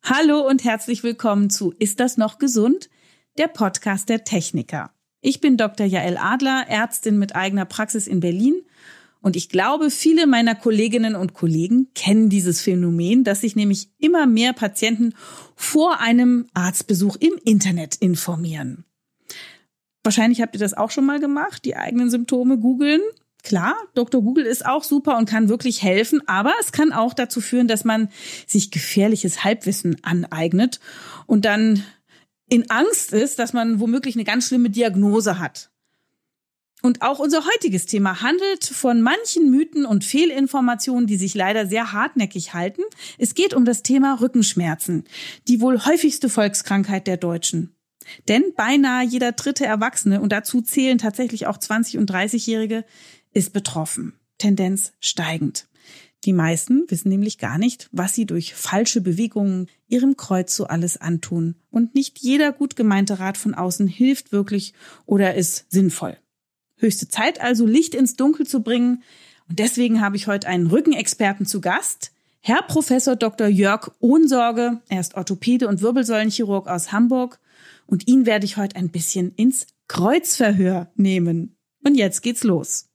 Hallo und herzlich willkommen zu Ist das noch gesund? Der Podcast der Techniker. Ich bin Dr. Jael Adler, Ärztin mit eigener Praxis in Berlin. Und ich glaube, viele meiner Kolleginnen und Kollegen kennen dieses Phänomen, dass sich nämlich immer mehr Patienten vor einem Arztbesuch im Internet informieren. Wahrscheinlich habt ihr das auch schon mal gemacht, die eigenen Symptome googeln. Klar, Dr. Google ist auch super und kann wirklich helfen, aber es kann auch dazu führen, dass man sich gefährliches Halbwissen aneignet und dann in Angst ist, dass man womöglich eine ganz schlimme Diagnose hat. Und auch unser heutiges Thema handelt von manchen Mythen und Fehlinformationen, die sich leider sehr hartnäckig halten. Es geht um das Thema Rückenschmerzen, die wohl häufigste Volkskrankheit der Deutschen. Denn beinahe jeder dritte Erwachsene, und dazu zählen tatsächlich auch 20- und 30-Jährige, ist betroffen. Tendenz steigend. Die meisten wissen nämlich gar nicht, was sie durch falsche Bewegungen ihrem Kreuz so alles antun. Und nicht jeder gut gemeinte Rat von außen hilft wirklich oder ist sinnvoll. Höchste Zeit also, Licht ins Dunkel zu bringen. Und deswegen habe ich heute einen Rückenexperten zu Gast. Herr Professor Dr. Jörg Ohnsorge. Er ist Orthopäde und Wirbelsäulenchirurg aus Hamburg. Und ihn werde ich heute ein bisschen ins Kreuzverhör nehmen. Und jetzt geht's los.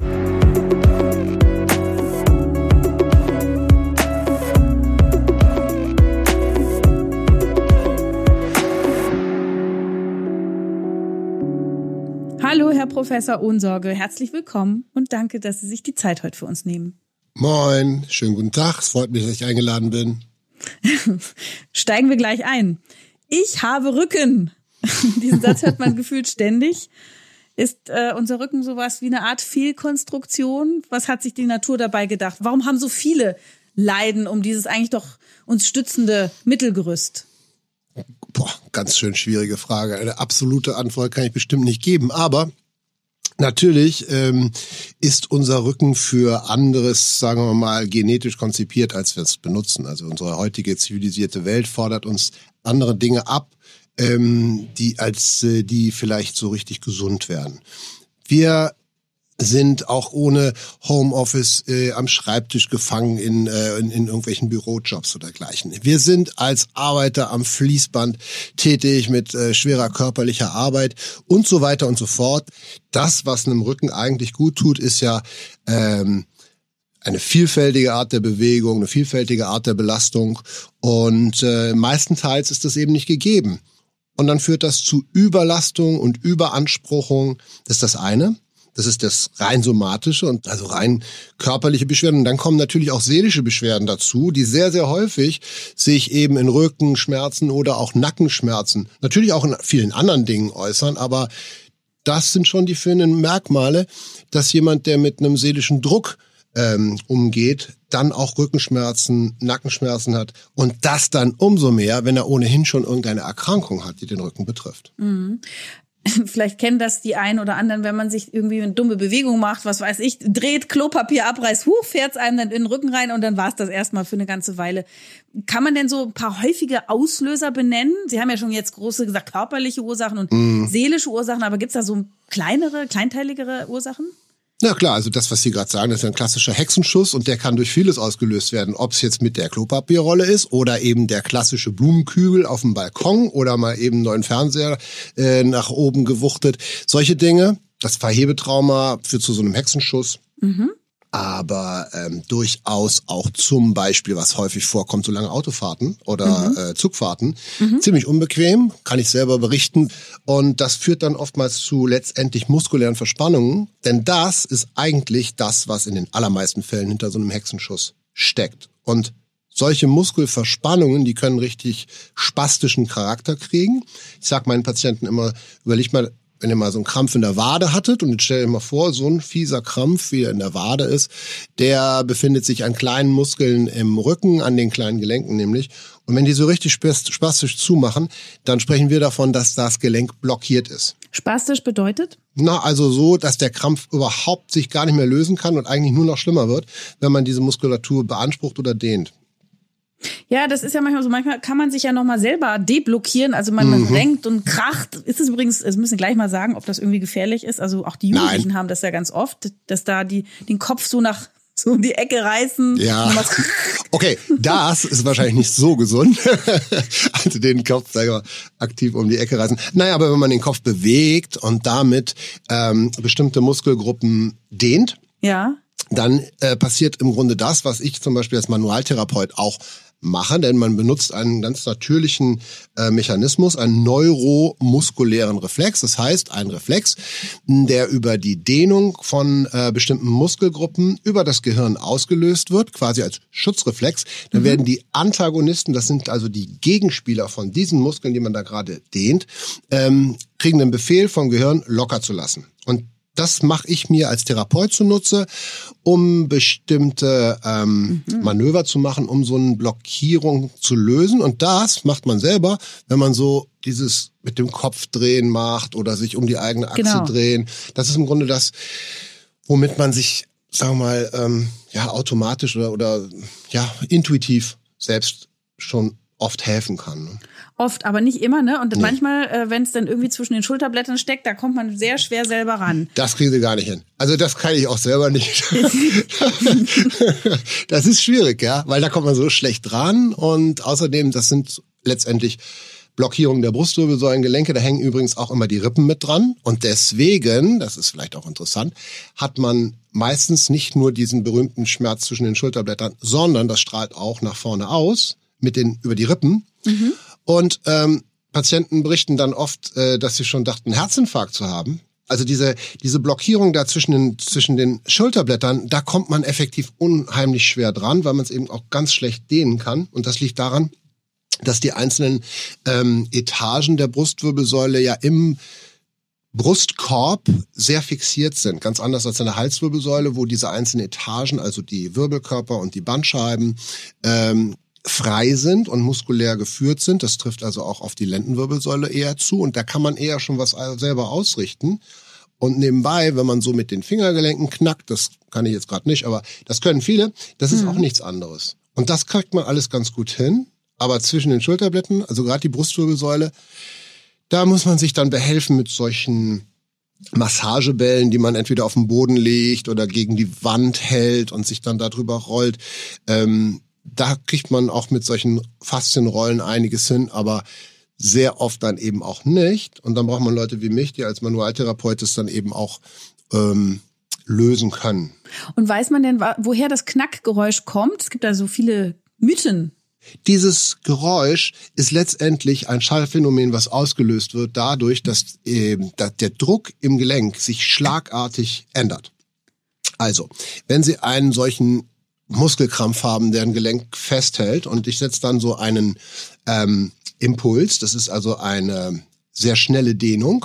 Hallo, Herr Professor Ohnsorge, herzlich willkommen und danke, dass Sie sich die Zeit heute für uns nehmen. Moin, schönen guten Tag, es freut mich, dass ich eingeladen bin. Steigen wir gleich ein. Ich habe Rücken. Diesen Satz hört man gefühlt ständig. Ist unser Rücken sowas wie eine Art Fehlkonstruktion? Was hat sich die Natur dabei gedacht? Warum haben so viele Leiden um dieses eigentlich doch uns stützende Mittelgerüst? Ganz schön schwierige Frage. Eine absolute Antwort kann ich bestimmt nicht geben. Aber natürlich ist unser Rücken für anderes, sagen wir mal, genetisch konzipiert, als wir es benutzen. Also unsere heutige zivilisierte Welt fordert uns andere Dinge ab, die vielleicht so richtig gesund werden. Wir sind auch ohne Homeoffice am Schreibtisch gefangen in irgendwelchen Bürojobs oder dergleichen. Wir sind als Arbeiter am Fließband tätig mit schwerer körperlicher Arbeit und so weiter und so fort. Das, was einem Rücken eigentlich gut tut, ist ja eine vielfältige Art der Bewegung, eine vielfältige Art der Belastung und meistenteils ist das eben nicht gegeben. Und dann führt das zu Überlastung und Überanspruchung. Das ist das eine. Das ist das rein somatische und also rein körperliche Beschwerden. Und dann kommen natürlich auch seelische Beschwerden dazu, die sehr, sehr häufig sich eben in Rückenschmerzen oder auch Nackenschmerzen, natürlich auch in vielen anderen Dingen äußern, aber das sind schon die führenden Merkmale, dass jemand, der mit einem seelischen Druck umgeht, dann auch Rückenschmerzen, Nackenschmerzen hat und das dann umso mehr, wenn er ohnehin schon irgendeine Erkrankung hat, die den Rücken betrifft. Mhm. Vielleicht kennen das die einen oder anderen, wenn man sich irgendwie eine dumme Bewegung macht, was weiß ich, dreht, Klopapier abreißt, fährt's einem dann in den Rücken rein und dann war's das erstmal für eine ganze Weile. Kann man denn so ein paar häufige Auslöser benennen? Sie haben ja schon jetzt große gesagt, körperliche Ursachen und seelische Ursachen, aber gibt's da so kleinere, kleinteiligere Ursachen? Na klar, also das, was Sie gerade sagen, das ist ein klassischer Hexenschuss und der kann durch vieles ausgelöst werden. Ob es jetzt mit der Klopapierrolle ist oder eben der klassische Blumenkübel auf dem Balkon oder mal eben einen neuen Fernseher nach oben gewuchtet. Solche Dinge, das Verhebetrauma führt zu so einem Hexenschuss. Mhm. Aber durchaus auch zum Beispiel, was häufig vorkommt, so lange Autofahrten oder Zugfahrten. Ziemlich unbequem, kann ich selber berichten. Und das führt dann oftmals zu letztendlich muskulären Verspannungen. Denn das ist eigentlich das, was in den allermeisten Fällen hinter so einem Hexenschuss steckt. Und solche Muskelverspannungen, die können richtig spastischen Charakter kriegen. Ich sage meinen Patienten immer, überleg mal, wenn ihr mal so einen Krampf in der Wade hattet und jetzt stellt euch mal vor, so ein fieser Krampf, wie er in der Wade ist, der befindet sich an kleinen Muskeln im Rücken, an den kleinen Gelenken nämlich. Und wenn die so richtig spastisch zumachen, dann sprechen wir davon, dass das Gelenk blockiert ist. Spastisch bedeutet? Also so, dass der Krampf überhaupt sich gar nicht mehr lösen kann und eigentlich nur noch schlimmer wird, wenn man diese Muskulatur beansprucht oder dehnt. Ja, das ist ja manchmal so, manchmal kann man sich ja nochmal selber deblockieren, also man renkt und kracht. Ist es übrigens, das müssen wir gleich mal sagen, ob das irgendwie gefährlich ist, also auch die Jugendlichen haben das ja ganz oft, dass da den Kopf so nach so um die Ecke reißen. Ja, okay, das ist wahrscheinlich nicht so gesund. Also den Kopf, sag ich mal, aktiv um die Ecke reißen. Naja, aber wenn man den Kopf bewegt und damit bestimmte Muskelgruppen dehnt, ja, dann passiert im Grunde das, was ich zum Beispiel als Manualtherapeut auch mache, denn man benutzt einen ganz natürlichen Mechanismus, einen neuromuskulären Reflex. Das heißt, ein Reflex, der über die Dehnung von bestimmten Muskelgruppen über das Gehirn ausgelöst wird, quasi als Schutzreflex. Dann werden die Antagonisten, das sind also die Gegenspieler von diesen Muskeln, die man da gerade dehnt, kriegen den Befehl vom Gehirn locker zu lassen. Und das mache ich mir als Therapeut zunutze, um bestimmte Manöver zu machen, um so eine Blockierung zu lösen. Und das macht man selber, wenn man so dieses mit dem Kopf drehen macht oder sich um die eigene Achse drehen. Das ist im Grunde das, womit man sich, sagen wir mal, automatisch oder intuitiv selbst schon oft helfen kann. Ne? Oft, aber nicht immer, ne? Und manchmal, wenn es dann irgendwie zwischen den Schulterblättern steckt, da kommt man sehr schwer selber ran. Das kriegen sie gar nicht hin. Also das kann ich auch selber nicht. Das ist schwierig, ja, weil da kommt man so schlecht dran. Und außerdem, das sind letztendlich Blockierungen der Brustwirbelsäulengelenke. Da hängen übrigens auch immer die Rippen mit dran. Und deswegen, das ist vielleicht auch interessant, hat man meistens nicht nur diesen berühmten Schmerz zwischen den Schulterblättern, sondern das strahlt auch nach vorne aus über die Rippen. Mhm. Und Patienten berichten dann oft, dass sie schon dachten, einen Herzinfarkt zu haben. Also diese Blockierung da zwischen den Schulterblättern, da kommt man effektiv unheimlich schwer dran, weil man es eben auch ganz schlecht dehnen kann. Und das liegt daran, dass die einzelnen Etagen der Brustwirbelsäule ja im Brustkorb sehr fixiert sind. Ganz anders als in der Halswirbelsäule, wo diese einzelnen Etagen, also die Wirbelkörper und die Bandscheiben, frei sind und muskulär geführt sind. Das trifft also auch auf die Lendenwirbelsäule eher zu. Und da kann man eher schon was selber ausrichten. Und nebenbei, wenn man so mit den Fingergelenken knackt, das kann ich jetzt gerade nicht, aber das können viele, das ist auch nichts anderes. Und das kriegt man alles ganz gut hin. Aber zwischen den Schulterblättern, also gerade die Brustwirbelsäule, da muss man sich dann behelfen mit solchen Massagebällen, die man entweder auf den Boden legt oder gegen die Wand hält und sich dann darüber rollt. Da kriegt man auch mit solchen Faszienrollen einiges hin, aber sehr oft dann eben auch nicht. Und dann braucht man Leute wie mich, die als Manualtherapeut das dann eben auch lösen können. Und weiß man denn, woher das Knackgeräusch kommt? Es gibt da so viele Mythen. Dieses Geräusch ist letztendlich ein Schallphänomen, was ausgelöst wird dadurch, dass der Druck im Gelenk sich schlagartig ändert. Also, wenn Sie einen solchen Muskelkrampf haben, der ein Gelenk festhält und ich setze dann so einen Impuls, das ist also eine sehr schnelle Dehnung,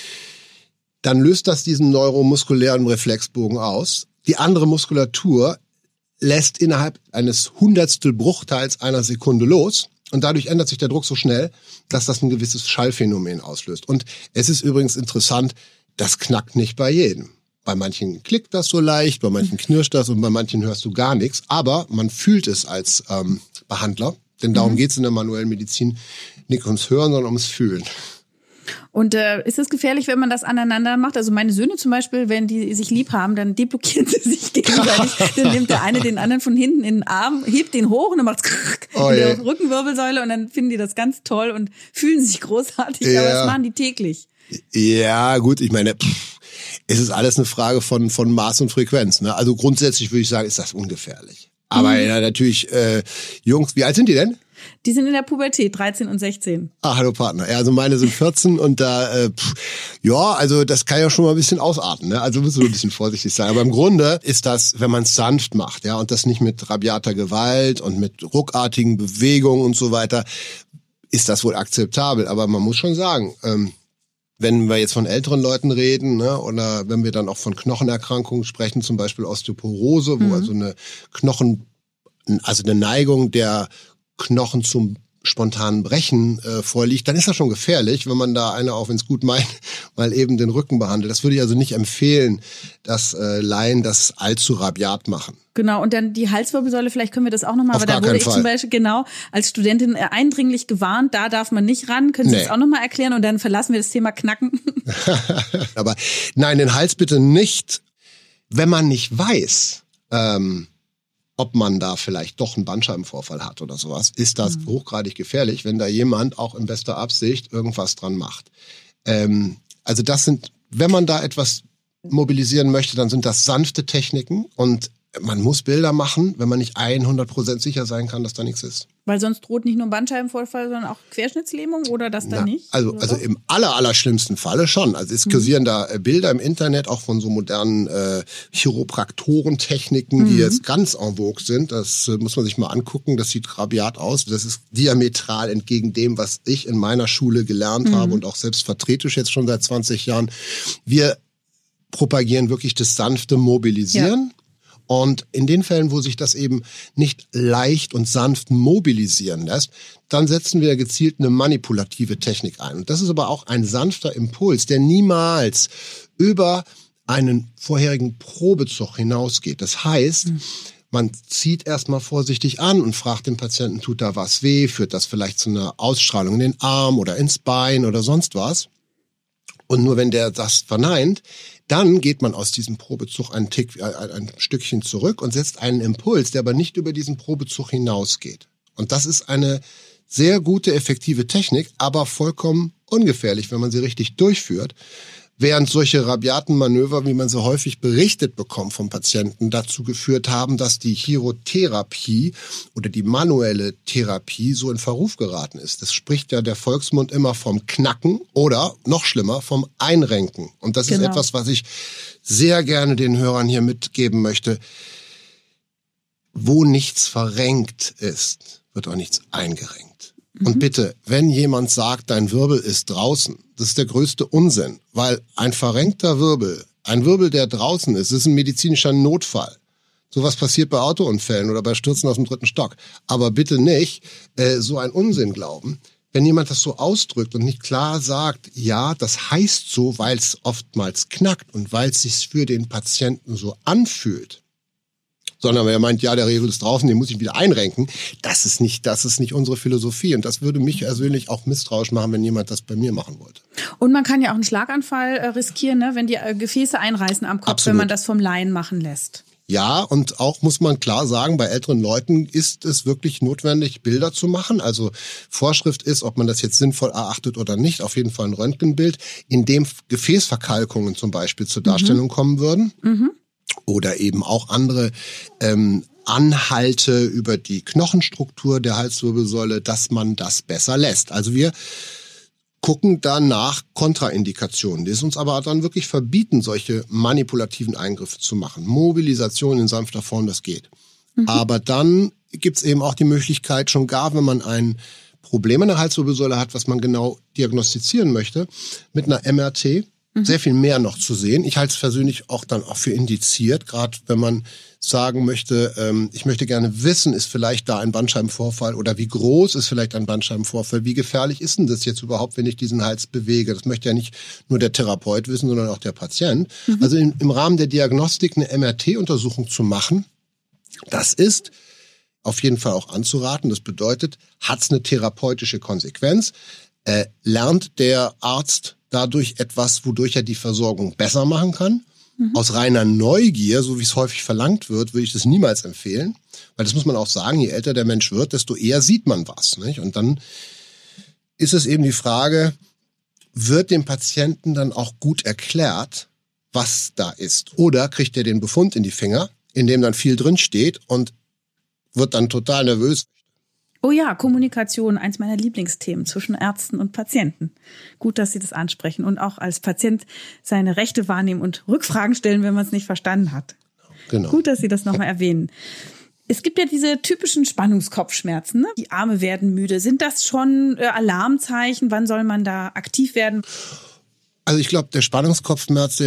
dann löst das diesen neuromuskulären Reflexbogen aus. Die andere Muskulatur lässt innerhalb eines Hundertstel Bruchteils einer Sekunde los und dadurch ändert sich der Druck so schnell, dass das ein gewisses Schallphänomen auslöst. Und es ist übrigens interessant, das knackt nicht bei jedem. Bei manchen klickt das so leicht, bei manchen knirscht das und bei manchen hörst du gar nichts. Aber man fühlt es als Behandler, denn darum geht's in der manuellen Medizin nicht ums Hören, sondern ums Fühlen. Und ist es gefährlich, wenn man das aneinander macht? Also meine Söhne zum Beispiel, wenn die sich lieb haben, dann deblockieren sie sich gegenseitig. Dann nimmt der eine den anderen von hinten in den Arm, hebt den hoch und dann macht's in der Rückenwirbelsäule und dann finden die das ganz toll und fühlen sich großartig. Ja. Aber das machen die täglich. Ja, gut, ich meine, es ist alles eine Frage von Maß und Frequenz. Ne? Also grundsätzlich würde ich sagen, ist das ungefährlich. Aber ja, natürlich, Jungs, wie alt sind die denn? Die sind in der Pubertät, 13 und 16. Ah, hallo Partner. Ja, also meine sind 14 und da, also das kann ja schon mal ein bisschen ausarten. Ne? Also müssen wir ein bisschen vorsichtig sein. Aber im Grunde ist das, wenn man es sanft macht, ja, und das nicht mit rabiater Gewalt und mit ruckartigen Bewegungen und so weiter, ist das wohl akzeptabel. Aber man muss schon sagen, wenn wir jetzt von älteren Leuten reden, ne, oder wenn wir dann auch von Knochenerkrankungen sprechen, zum Beispiel Osteoporose, wo also eine Neigung der Knochen zum spontanen Brechen vorliegt, dann ist das schon gefährlich, wenn man da einer, auch wenn es gut meint, mal eben den Rücken behandelt. Das würde ich also nicht empfehlen, dass Laien das allzu rabiat machen. Genau, und dann die Halswirbelsäule, vielleicht können wir das auch nochmal, aber da wurde ich zum Beispiel als Studentin eindringlich gewarnt, da darf man nicht ran. Können Sie das auch nochmal erklären und dann verlassen wir das Thema Knacken? Aber nein, den Hals bitte nicht, wenn man nicht weiß, ob man da vielleicht doch einen Bandscheibenvorfall hat oder sowas, ist das hochgradig gefährlich, wenn da jemand auch in bester Absicht irgendwas dran macht. Also das sind, wenn man da etwas mobilisieren möchte, dann sind das sanfte Techniken und man muss Bilder machen, wenn man nicht 100% sicher sein kann, dass da nichts ist. Weil sonst droht nicht nur Bandscheibenvorfall, sondern auch Querschnittslähmung oder das dann nicht? Also im allerschlimmsten Falle schon. Also es kursieren da Bilder im Internet, auch von so modernen Chiropraktorentechniken, die jetzt ganz en vogue sind. Das muss man sich mal angucken. Das sieht rabiat aus. Das ist diametral entgegen dem, was ich in meiner Schule gelernt habe und auch selbst vertrete ich jetzt schon seit 20 Jahren. Wir propagieren wirklich das sanfte Mobilisieren. Ja. Und in den Fällen, wo sich das eben nicht leicht und sanft mobilisieren lässt, dann setzen wir gezielt eine manipulative Technik ein. Und das ist aber auch ein sanfter Impuls, der niemals über einen vorherigen Probezug hinausgeht. Das heißt, man zieht erstmal vorsichtig an und fragt den Patienten, tut da was weh? Führt das vielleicht zu einer Ausstrahlung in den Arm oder ins Bein oder sonst was? Und nur wenn der das verneint, dann geht man aus diesem Probezug ein Stückchen zurück und setzt einen Impuls, der aber nicht über diesen Probezug hinausgeht. Und das ist eine sehr gute, effektive Technik, aber vollkommen ungefährlich, wenn man sie richtig durchführt. Während solche rabiaten Manöver, wie man so häufig berichtet bekommt vom Patienten, dazu geführt haben, dass die Chirotherapie oder die manuelle Therapie so in Verruf geraten ist. Das spricht ja der Volksmund immer vom Knacken oder, noch schlimmer, vom Einrenken. Und das ist etwas, was ich sehr gerne den Hörern hier mitgeben möchte. Wo nichts verrenkt ist, wird auch nichts eingerenkt. Und bitte, wenn jemand sagt, dein Wirbel ist draußen, das ist der größte Unsinn, weil ein verrenkter Wirbel, ein Wirbel, der draußen ist ein medizinischer Notfall. Sowas passiert bei Autounfällen oder bei Stürzen aus dem 3. Stock. Aber bitte nicht so ein Unsinn glauben. Wenn jemand das so ausdrückt und nicht klar sagt, ja, das heißt so, weil es oftmals knackt und weil es sich für den Patienten so anfühlt, sondern wenn er meint, ja, der Wirbel ist draußen, den muss ich wieder einrenken. Das ist nicht unsere Philosophie. Und das würde mich persönlich auch misstrauisch machen, wenn jemand das bei mir machen wollte. Und man kann ja auch einen Schlaganfall riskieren, ne, wenn die Gefäße einreißen am Kopf, Absolut. Wenn man das vom Laien machen lässt. Ja, und auch muss man klar sagen, bei älteren Leuten ist es wirklich notwendig, Bilder zu machen. Also Vorschrift ist, ob man das jetzt sinnvoll erachtet oder nicht, auf jeden Fall ein Röntgenbild, in dem Gefäßverkalkungen zum Beispiel zur Darstellung kommen würden. Oder eben auch andere Anhalte über die Knochenstruktur der Halswirbelsäule, dass man das besser lässt. Also wir gucken dann nach Kontraindikationen, die es uns aber dann wirklich verbieten, solche manipulativen Eingriffe zu machen. Mobilisation in sanfter Form, das geht. Aber dann gibt's eben auch die Möglichkeit, schon gar wenn man ein Problem in der Halswirbelsäule hat, was man genau diagnostizieren möchte, mit einer MRT sehr viel mehr noch zu sehen. Ich halte es persönlich auch dann auch für indiziert, gerade wenn man sagen möchte, ich möchte gerne wissen, ist vielleicht da ein Bandscheibenvorfall oder wie groß ist vielleicht ein Bandscheibenvorfall, wie gefährlich ist denn das jetzt überhaupt, wenn ich diesen Hals bewege? Das möchte ja nicht nur der Therapeut wissen, sondern auch der Patient. Also im Rahmen der Diagnostik eine MRT-Untersuchung zu machen, das ist auf jeden Fall auch anzuraten. Das bedeutet, hat es eine therapeutische Konsequenz? Lernt der Arzt dadurch etwas, wodurch er die Versorgung besser machen kann? Aus reiner Neugier, so wie es häufig verlangt wird, würde ich das niemals empfehlen. Weil das muss man auch sagen, je älter der Mensch wird, desto eher sieht man was, nicht? Und dann ist es eben die Frage, wird dem Patienten dann auch gut erklärt, was da ist? Oder kriegt er den Befund in die Finger, in dem dann viel drin steht und wird dann total nervös? Oh ja, Kommunikation, eins meiner Lieblingsthemen zwischen Ärzten und Patienten. Gut, dass Sie das ansprechen und auch als Patient seine Rechte wahrnehmen und Rückfragen stellen, wenn man es nicht verstanden hat. Genau. Gut, dass Sie das nochmal erwähnen. Es gibt ja diese typischen Spannungskopfschmerzen, ne? Die Arme werden müde. Sind das schon Alarmzeichen? Wann soll man da aktiv werden? Also ich glaube, der Spannungskopfschmerz,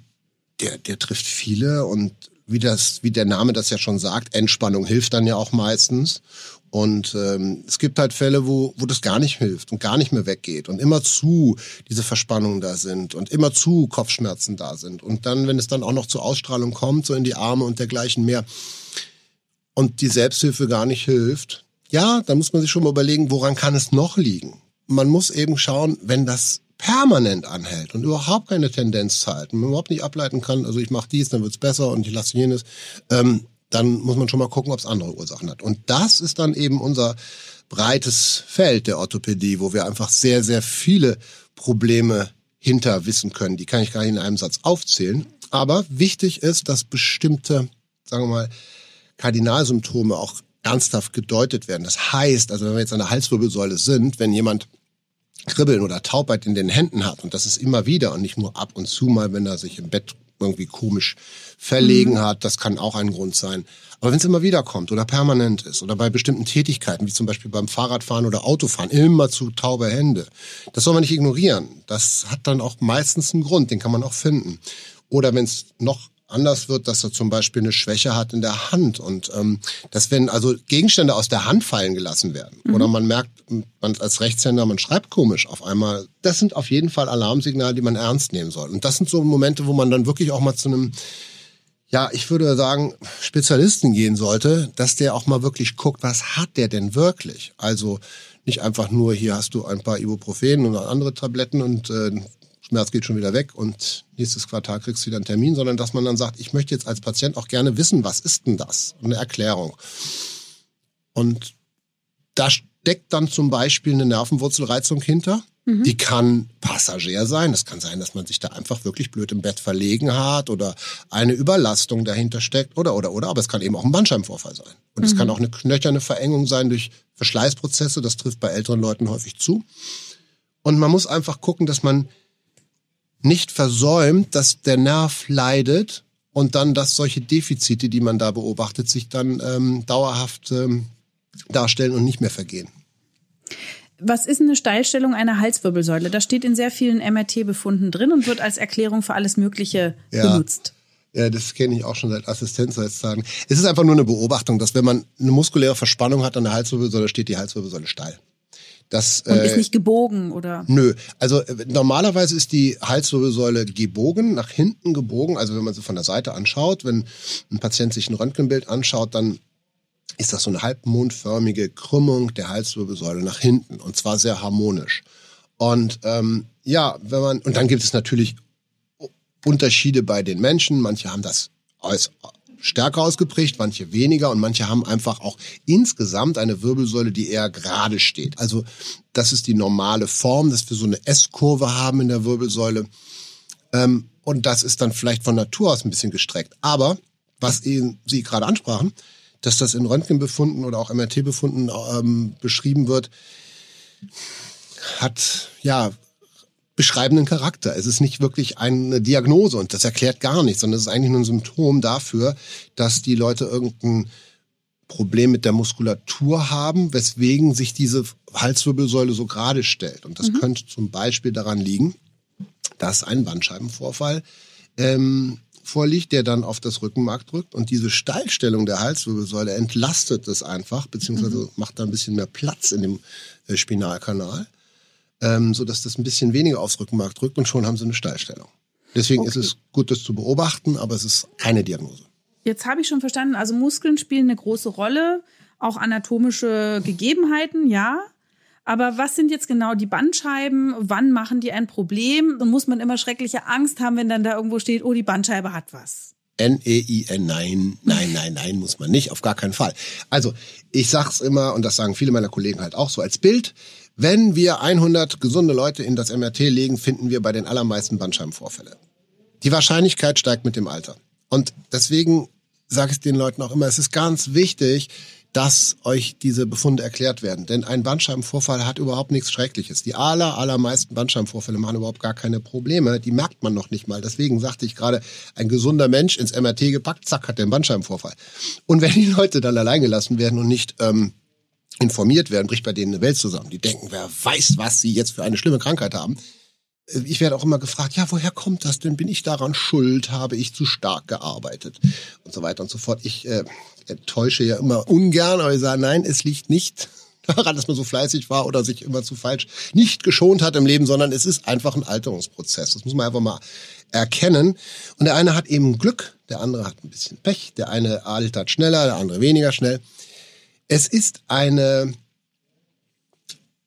der trifft viele und wie der Name das ja schon sagt, Entspannung hilft dann ja auch meistens. Und es gibt halt Fälle, wo das gar nicht hilft und gar nicht mehr weggeht und immerzu diese Verspannungen da sind und immerzu Kopfschmerzen da sind. Und dann, wenn es dann auch noch zur Ausstrahlung kommt, so in die Arme und dergleichen mehr und die Selbsthilfe gar nicht hilft, ja, dann muss man sich schon mal überlegen, woran kann es noch liegen? Man muss eben schauen, wenn das permanent anhält und überhaupt keine Tendenz zeigt und man überhaupt nicht ableiten kann, also ich mache dies, dann wird's besser und ich lasse jenes, dann muss man schon mal gucken, ob es andere Ursachen hat. Und das ist dann eben unser breites Feld der Orthopädie, wo wir einfach sehr, sehr viele Probleme hinter wissen können. Die kann ich gar nicht in einem Satz aufzählen. Aber wichtig ist, dass bestimmte, sagen wir mal, Kardinalsymptome auch ernsthaft gedeutet werden. Das heißt, also wenn wir jetzt an der Halswirbelsäule sind, wenn jemand Kribbeln oder Taubheit in den Händen hat, und das ist immer wieder und nicht nur ab und zu mal, wenn er sich im Bett irgendwie komisch verlegen hat, das kann auch ein Grund sein. Aber wenn es immer wieder kommt oder permanent ist oder bei bestimmten Tätigkeiten, wie zum Beispiel beim Fahrradfahren oder Autofahren, immer zu taube Hände, das soll man nicht ignorieren. Das hat dann auch meistens einen Grund, den kann man auch finden. Oder wenn es noch anders wird, dass er zum Beispiel eine Schwäche hat in der Hand und dass wenn also Gegenstände aus der Hand fallen gelassen werden oder man merkt, man als Rechtshänder, man schreibt komisch auf einmal, das sind auf jeden Fall Alarmsignale, die man ernst nehmen soll. Und das sind so Momente, wo man dann wirklich auch mal zu einem, ja, ich würde sagen, Spezialisten gehen sollte, dass der auch mal wirklich guckt, was hat der denn wirklich? Also nicht einfach nur, hier hast du ein paar Ibuprofen oder andere Tabletten und Schmerz geht schon wieder weg und nächstes Quartal kriegst du wieder einen Termin, sondern dass man dann sagt, ich möchte jetzt als Patient auch gerne wissen, was ist denn das? Eine Erklärung. Und da steckt dann zum Beispiel eine Nervenwurzelreizung hinter. Die kann passagier sein. Das kann sein, dass man sich da einfach wirklich blöd im Bett verlegen hat oder eine Überlastung dahinter steckt oder. Aber es kann eben auch ein Bandscheibenvorfall sein. Und es kann auch eine knöcherne Verengung sein durch Verschleißprozesse. Das trifft bei älteren Leuten häufig zu. Und man muss einfach gucken, dass man nicht versäumt, dass der Nerv leidet und dann, dass solche Defizite, die man da beobachtet, sich dann dauerhaft darstellen und nicht mehr vergehen. Was ist eine Steilstellung einer Halswirbelsäule? Das steht in sehr vielen MRT-Befunden drin und wird als Erklärung für alles Mögliche benutzt. Ja, das kenne ich auch schon seit Assistenztagen. Es ist einfach nur eine Beobachtung, dass wenn man eine muskuläre Verspannung hat an der Halswirbelsäule, steht die Halswirbelsäule steil. Das, und ist nicht gebogen, oder? Nö, also normalerweise ist die Halswirbelsäule gebogen, nach hinten gebogen. Also wenn man sie von der Seite anschaut, wenn ein Patient sich ein Röntgenbild anschaut, dann ist das so eine halbmondförmige Krümmung der Halswirbelsäule nach hinten und zwar sehr harmonisch. Und und dann gibt es natürlich Unterschiede bei den Menschen. Manche haben das stärker ausgeprägt, manche weniger und manche haben einfach auch insgesamt eine Wirbelsäule, die eher gerade steht. Also das ist die normale Form, dass wir so eine S-Kurve haben in der Wirbelsäule und das ist dann vielleicht von Natur aus ein bisschen gestreckt. Aber was Sie gerade ansprachen, dass das in Röntgenbefunden oder auch MRT-Befunden beschrieben wird, hat beschreibenden Charakter. Es ist nicht wirklich eine Diagnose und das erklärt gar nichts, sondern es ist eigentlich nur ein Symptom dafür, dass die Leute irgendein Problem mit der Muskulatur haben, weswegen sich diese Halswirbelsäule so gerade stellt. Und das könnte zum Beispiel daran liegen, dass ein Bandscheibenvorfall vorliegt, der dann auf das Rückenmark drückt. Und diese Steilstellung der Halswirbelsäule entlastet es einfach, beziehungsweise macht da ein bisschen mehr Platz in dem Spinalkanal. Sodass das ein bisschen weniger aufs Rückenmark drückt und schon haben sie eine Steilstellung. Deswegen ist es gut, das zu beobachten, aber es ist keine Diagnose. Jetzt habe ich schon verstanden, also Muskeln spielen eine große Rolle, auch anatomische Gegebenheiten, ja. Aber was sind jetzt genau die Bandscheiben? Wann machen die ein Problem? Und muss man immer schreckliche Angst haben, wenn dann da irgendwo steht, oh, die Bandscheibe hat was? N-E-I-N, nein, muss man nicht, auf gar keinen Fall. Also, ich sag's immer, und das sagen viele meiner Kollegen halt auch so als Bild, wenn wir 100 gesunde Leute in das MRT legen, finden wir bei den allermeisten Bandscheibenvorfälle. Die Wahrscheinlichkeit steigt mit dem Alter. Und deswegen sage ich den Leuten auch immer, es ist ganz wichtig, dass euch diese Befunde erklärt werden. Denn ein Bandscheibenvorfall hat überhaupt nichts Schreckliches. Die allermeisten Bandscheibenvorfälle machen überhaupt gar keine Probleme. Die merkt man noch nicht mal. Deswegen sagte ich gerade, ein gesunder Mensch ins MRT gepackt, zack, hat der einen Bandscheibenvorfall. Und wenn die Leute dann allein gelassen werden und nicht informiert werden, bricht bei denen eine Welt zusammen. Die denken, wer weiß, was sie jetzt für eine schlimme Krankheit haben. Ich werde auch immer gefragt, ja, woher kommt das denn? Bin ich daran schuld? Habe ich zu stark gearbeitet? Und so weiter und so fort. Ich täusche ja immer ungern, aber ich sage, nein, es liegt nicht daran, dass man so fleißig war oder sich immer zu falsch nicht geschont hat im Leben, sondern es ist einfach ein Alterungsprozess. Das muss man einfach mal erkennen. Und der eine hat eben Glück, der andere hat ein bisschen Pech. Der eine altert schneller, der andere weniger schnell. Es ist eine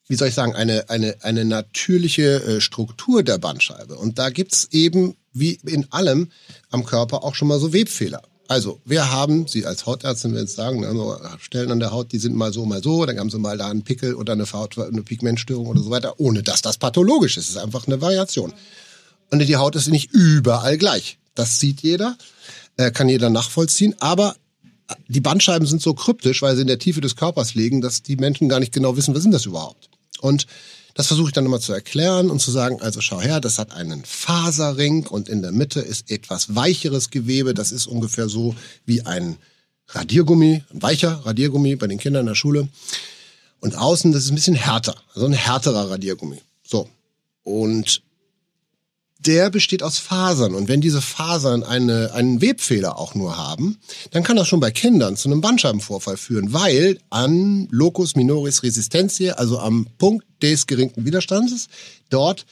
wie soll ich sagen, eine natürliche Struktur der Bandscheibe. Und da gibt's eben, wie in allem am Körper, auch schon mal so Webfehler. Also, wir haben, Sie als Hautärztin werden es sagen, also Stellen an der Haut, die sind mal so, dann haben Sie mal da einen Pickel oder eine Pigmentstörung oder so weiter, ohne dass das pathologisch ist. Es ist einfach eine Variation. Und die Haut ist nicht überall gleich. Das sieht jeder, kann jeder nachvollziehen, aber die Bandscheiben sind so kryptisch, weil sie in der Tiefe des Körpers liegen, dass die Menschen gar nicht genau wissen, was sind das überhaupt. Und das versuche ich dann immer zu erklären und zu sagen, also schau her, das hat einen Faserring und in der Mitte ist etwas weicheres Gewebe. Das ist ungefähr so wie ein Radiergummi, ein weicher Radiergummi bei den Kindern in der Schule. Und außen, das ist ein bisschen härter, also ein härterer Radiergummi. So. Und der besteht aus Fasern. Und wenn diese Fasern einen Webfehler auch nur haben, dann kann das schon bei Kindern zu einem Bandscheibenvorfall führen, weil an Locus minoris resistentiae, also am Punkt des geringsten Widerstandes, dort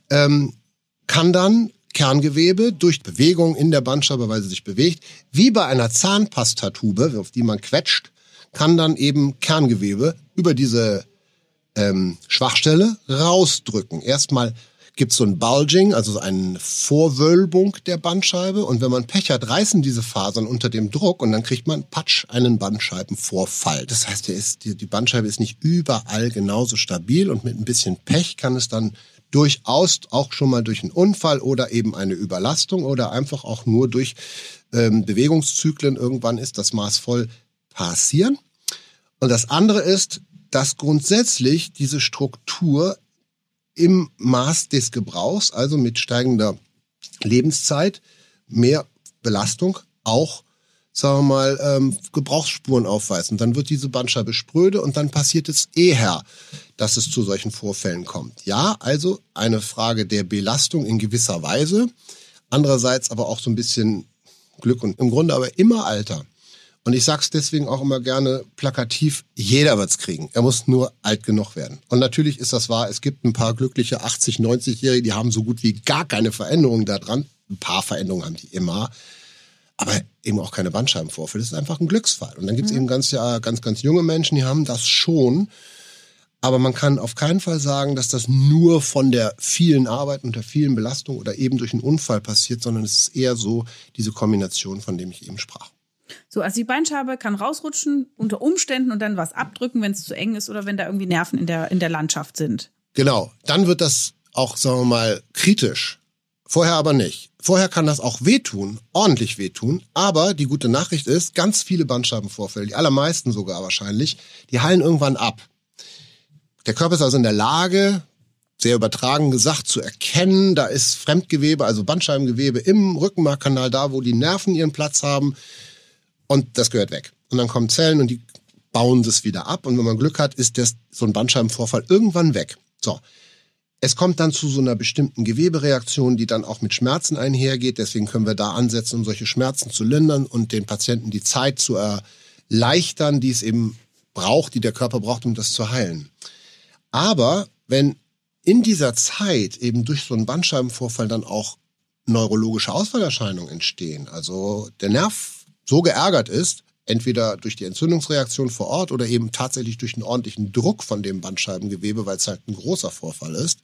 kann dann Kerngewebe durch Bewegung in der Bandscheibe, weil sie sich bewegt, wie bei einer Zahnpastatube, auf die man quetscht, kann dann eben Kerngewebe über diese Schwachstelle rausdrücken. Erstmal gibt es so ein Bulging, also eine Vorwölbung der Bandscheibe. Und wenn man Pech hat, reißen diese Fasern unter dem Druck und dann kriegt man, patsch, einen Bandscheibenvorfall. Das heißt, die Bandscheibe ist nicht überall genauso stabil und mit ein bisschen Pech kann es dann durchaus auch schon mal durch einen Unfall oder eben eine Überlastung oder einfach auch nur durch Bewegungszyklen irgendwann ist das maßvoll passieren. Und das andere ist, dass grundsätzlich diese Struktur im Maß des Gebrauchs, also mit steigender Lebenszeit, mehr Belastung auch, sagen wir mal, Gebrauchsspuren aufweist. Und dann wird diese Bandscheibe spröde und dann passiert es eher, dass es zu solchen Vorfällen kommt. Ja, also eine Frage der Belastung in gewisser Weise. Andererseits aber auch so ein bisschen Glück und im Grunde aber immer Alter. Und ich sag's deswegen auch immer gerne plakativ, jeder wird's kriegen. Er muss nur alt genug werden. Und natürlich ist das wahr, es gibt ein paar glückliche 80-, 90-Jährige, die haben so gut wie gar keine Veränderungen da dran. Ein paar Veränderungen haben die immer, aber eben auch keine Bandscheibenvorfälle. Das ist einfach ein Glücksfall. Und dann gibt's eben ganz junge Menschen, die haben das schon. Aber man kann auf keinen Fall sagen, dass das nur von der vielen Arbeit und der vielen Belastung oder eben durch einen Unfall passiert, sondern es ist eher so diese Kombination, von dem ich eben sprach. So, also die Bandscheibe kann rausrutschen unter Umständen und dann was abdrücken, wenn es zu eng ist oder wenn da irgendwie Nerven in der Landschaft sind. Genau, dann wird das auch, sagen wir mal, kritisch. Vorher aber nicht. Vorher kann das auch wehtun, ordentlich wehtun. Aber die gute Nachricht ist, ganz viele Bandscheibenvorfälle, die allermeisten sogar wahrscheinlich, die heilen irgendwann ab. Der Körper ist also in der Lage, sehr übertragen gesagt, zu erkennen, da ist Fremdgewebe, also Bandscheibengewebe im Rückenmarkkanal, da wo die Nerven ihren Platz haben. Und das gehört weg. Und dann kommen Zellen und die bauen das wieder ab. Und wenn man Glück hat, ist so ein Bandscheibenvorfall irgendwann weg. So. Es kommt dann zu so einer bestimmten Gewebereaktion, die dann auch mit Schmerzen einhergeht. Deswegen können wir da ansetzen, um solche Schmerzen zu lindern und den Patienten die Zeit zu erleichtern, die es eben braucht, die der Körper braucht, um das zu heilen. Aber wenn in dieser Zeit eben durch so einen Bandscheibenvorfall dann auch neurologische Ausfallerscheinungen entstehen, also der Nerv so geärgert ist, entweder durch die Entzündungsreaktion vor Ort oder eben tatsächlich durch einen ordentlichen Druck von dem Bandscheibengewebe, weil es halt ein großer Vorfall ist,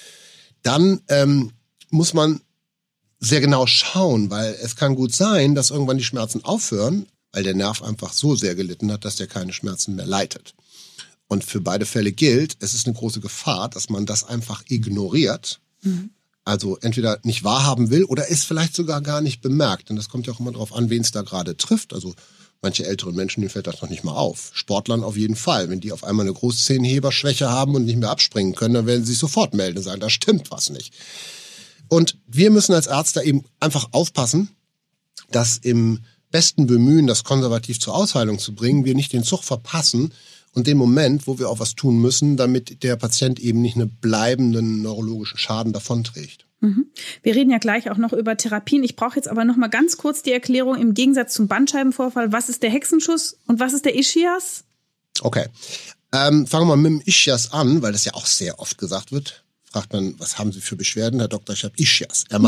dann muss man sehr genau schauen, weil es kann gut sein, dass irgendwann die Schmerzen aufhören, weil der Nerv einfach so sehr gelitten hat, dass der keine Schmerzen mehr leitet. Und für beide Fälle gilt, es ist eine große Gefahr, dass man das einfach ignoriert. Also entweder nicht wahrhaben will oder es vielleicht sogar gar nicht bemerkt. Denn das kommt ja auch immer darauf an, wen es da gerade trifft. Also manche älteren Menschen, denen fällt das noch nicht mal auf. Sportlern auf jeden Fall. Wenn die auf einmal eine Großzehenheberschwäche haben und nicht mehr abspringen können, dann werden sie sich sofort melden und sagen, da stimmt was nicht. Und wir müssen als Ärzte eben einfach aufpassen, dass im besten Bemühen, das konservativ zur Ausheilung zu bringen, wir nicht den Zug verpassen und den Moment, wo wir auch was tun müssen, damit der Patient eben nicht einen bleibenden neurologischen Schaden davonträgt. Wir reden ja gleich auch noch über Therapien. Ich brauche jetzt aber noch mal ganz kurz die Erklärung im Gegensatz zum Bandscheibenvorfall. Was ist der Hexenschuss und was ist der Ischias? Okay, fangen wir mal mit dem Ischias an, weil das ja auch sehr oft gesagt wird. Fragt man, was haben Sie für Beschwerden? Herr Doktor, ich habe Ischias. Er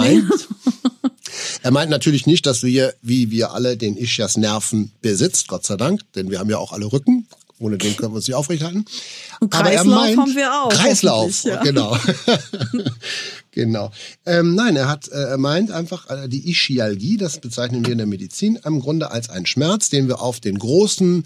meint natürlich nicht, dass wir, wie wir alle, den Ischias-Nerven besitzt, Gott sei Dank, denn wir haben ja auch alle Rücken. Ohne den können wir uns nicht aufrechthalten. Und Kreislauf haben wir auch. Kreislauf, ja. Genau. Genau. Nein, er meint einfach die Ischialgie, das bezeichnen wir in der Medizin, im Grunde als einen Schmerz, den wir auf den großen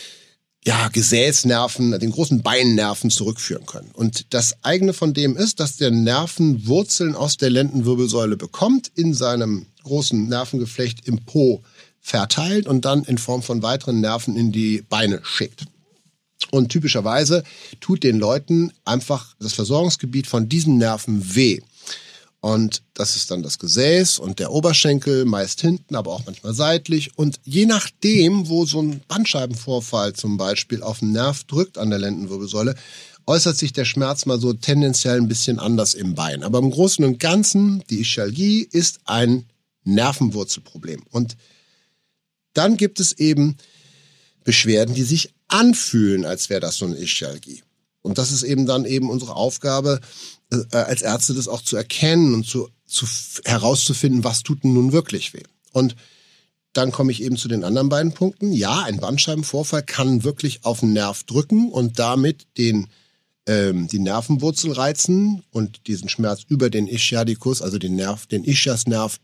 Gesäßnerven, den großen Beinnerven zurückführen können. Und das eigene von dem ist, dass der Nervenwurzeln aus der Lendenwirbelsäule bekommt, in seinem großen Nervengeflecht im Po verteilt und dann in Form von weiteren Nerven in die Beine schickt. Und typischerweise tut den Leuten einfach das Versorgungsgebiet von diesen Nerven weh. Und das ist dann das Gesäß und der Oberschenkel, meist hinten, aber auch manchmal seitlich. Und je nachdem, wo so ein Bandscheibenvorfall zum Beispiel auf den Nerv drückt an der Lendenwirbelsäule, äußert sich der Schmerz mal so tendenziell ein bisschen anders im Bein. Aber im Großen und Ganzen, die Ischialgie ist ein Nervenwurzelproblem. Und dann gibt es eben Beschwerden, die sich anfühlen, als wäre das so eine Ischialgie. Und das ist eben dann eben unsere Aufgabe, als Ärzte das auch zu erkennen und herauszufinden, was tut denn nun wirklich weh. Und dann komme ich eben zu den anderen beiden Punkten. Ja, ein Bandscheibenvorfall kann wirklich auf den Nerv drücken und damit die Nervenwurzel reizen und diesen Schmerz über den Ischiadicus, also den Ischiasnerv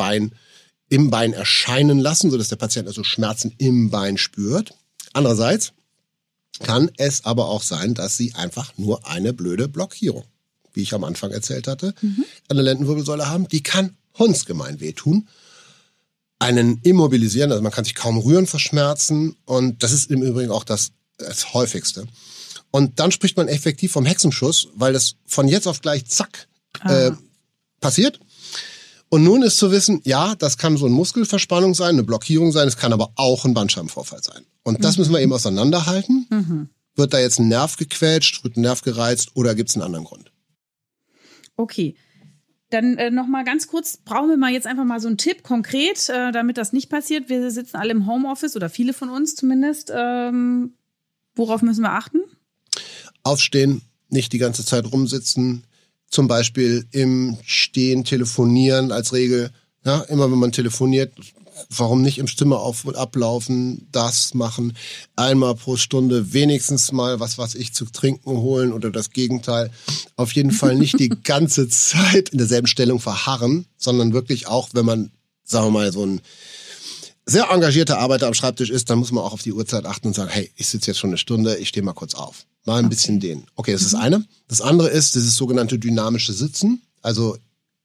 im Bein erscheinen lassen, sodass der Patient also Schmerzen im Bein spürt. Andererseits kann es aber auch sein, dass sie einfach nur eine blöde Blockierung, wie ich am Anfang erzählt hatte, an der Lendenwirbelsäule haben. Die kann hundsgemein wehtun, einen immobilisieren, also man kann sich kaum rühren vor Schmerzen und das ist im Übrigen auch das häufigste. Und dann spricht man effektiv vom Hexenschuss, weil das von jetzt auf gleich zack passiert. Und nun ist zu wissen, ja, das kann so eine Muskelverspannung sein, eine Blockierung sein, es kann aber auch ein Bandscheibenvorfall sein. Und das müssen wir eben auseinanderhalten. Wird da jetzt ein Nerv gequetscht, wird ein Nerv gereizt oder gibt es einen anderen Grund? Okay, dann noch mal ganz kurz, brauchen wir mal jetzt einfach mal so einen Tipp konkret, damit das nicht passiert. Wir sitzen alle im Homeoffice oder viele von uns zumindest. Worauf müssen wir achten? Aufstehen, nicht die ganze Zeit rumsitzen. Zum Beispiel im Stehen telefonieren als Regel. Ja, immer wenn man telefoniert, warum nicht im Zimmer auf- und ablaufen, das machen. Einmal pro Stunde wenigstens mal was zu trinken holen oder das Gegenteil. Auf jeden Fall nicht die ganze Zeit in derselben Stellung verharren, sondern wirklich auch, wenn man, sagen wir mal, so ein sehr engagierter Arbeiter am Schreibtisch ist, dann muss man auch auf die Uhrzeit achten und sagen, hey, ich sitze jetzt schon eine Stunde, ich stehe mal kurz auf. Mal ein bisschen dehnen. Okay, das ist eine. Das andere ist dieses sogenannte dynamische Sitzen. Also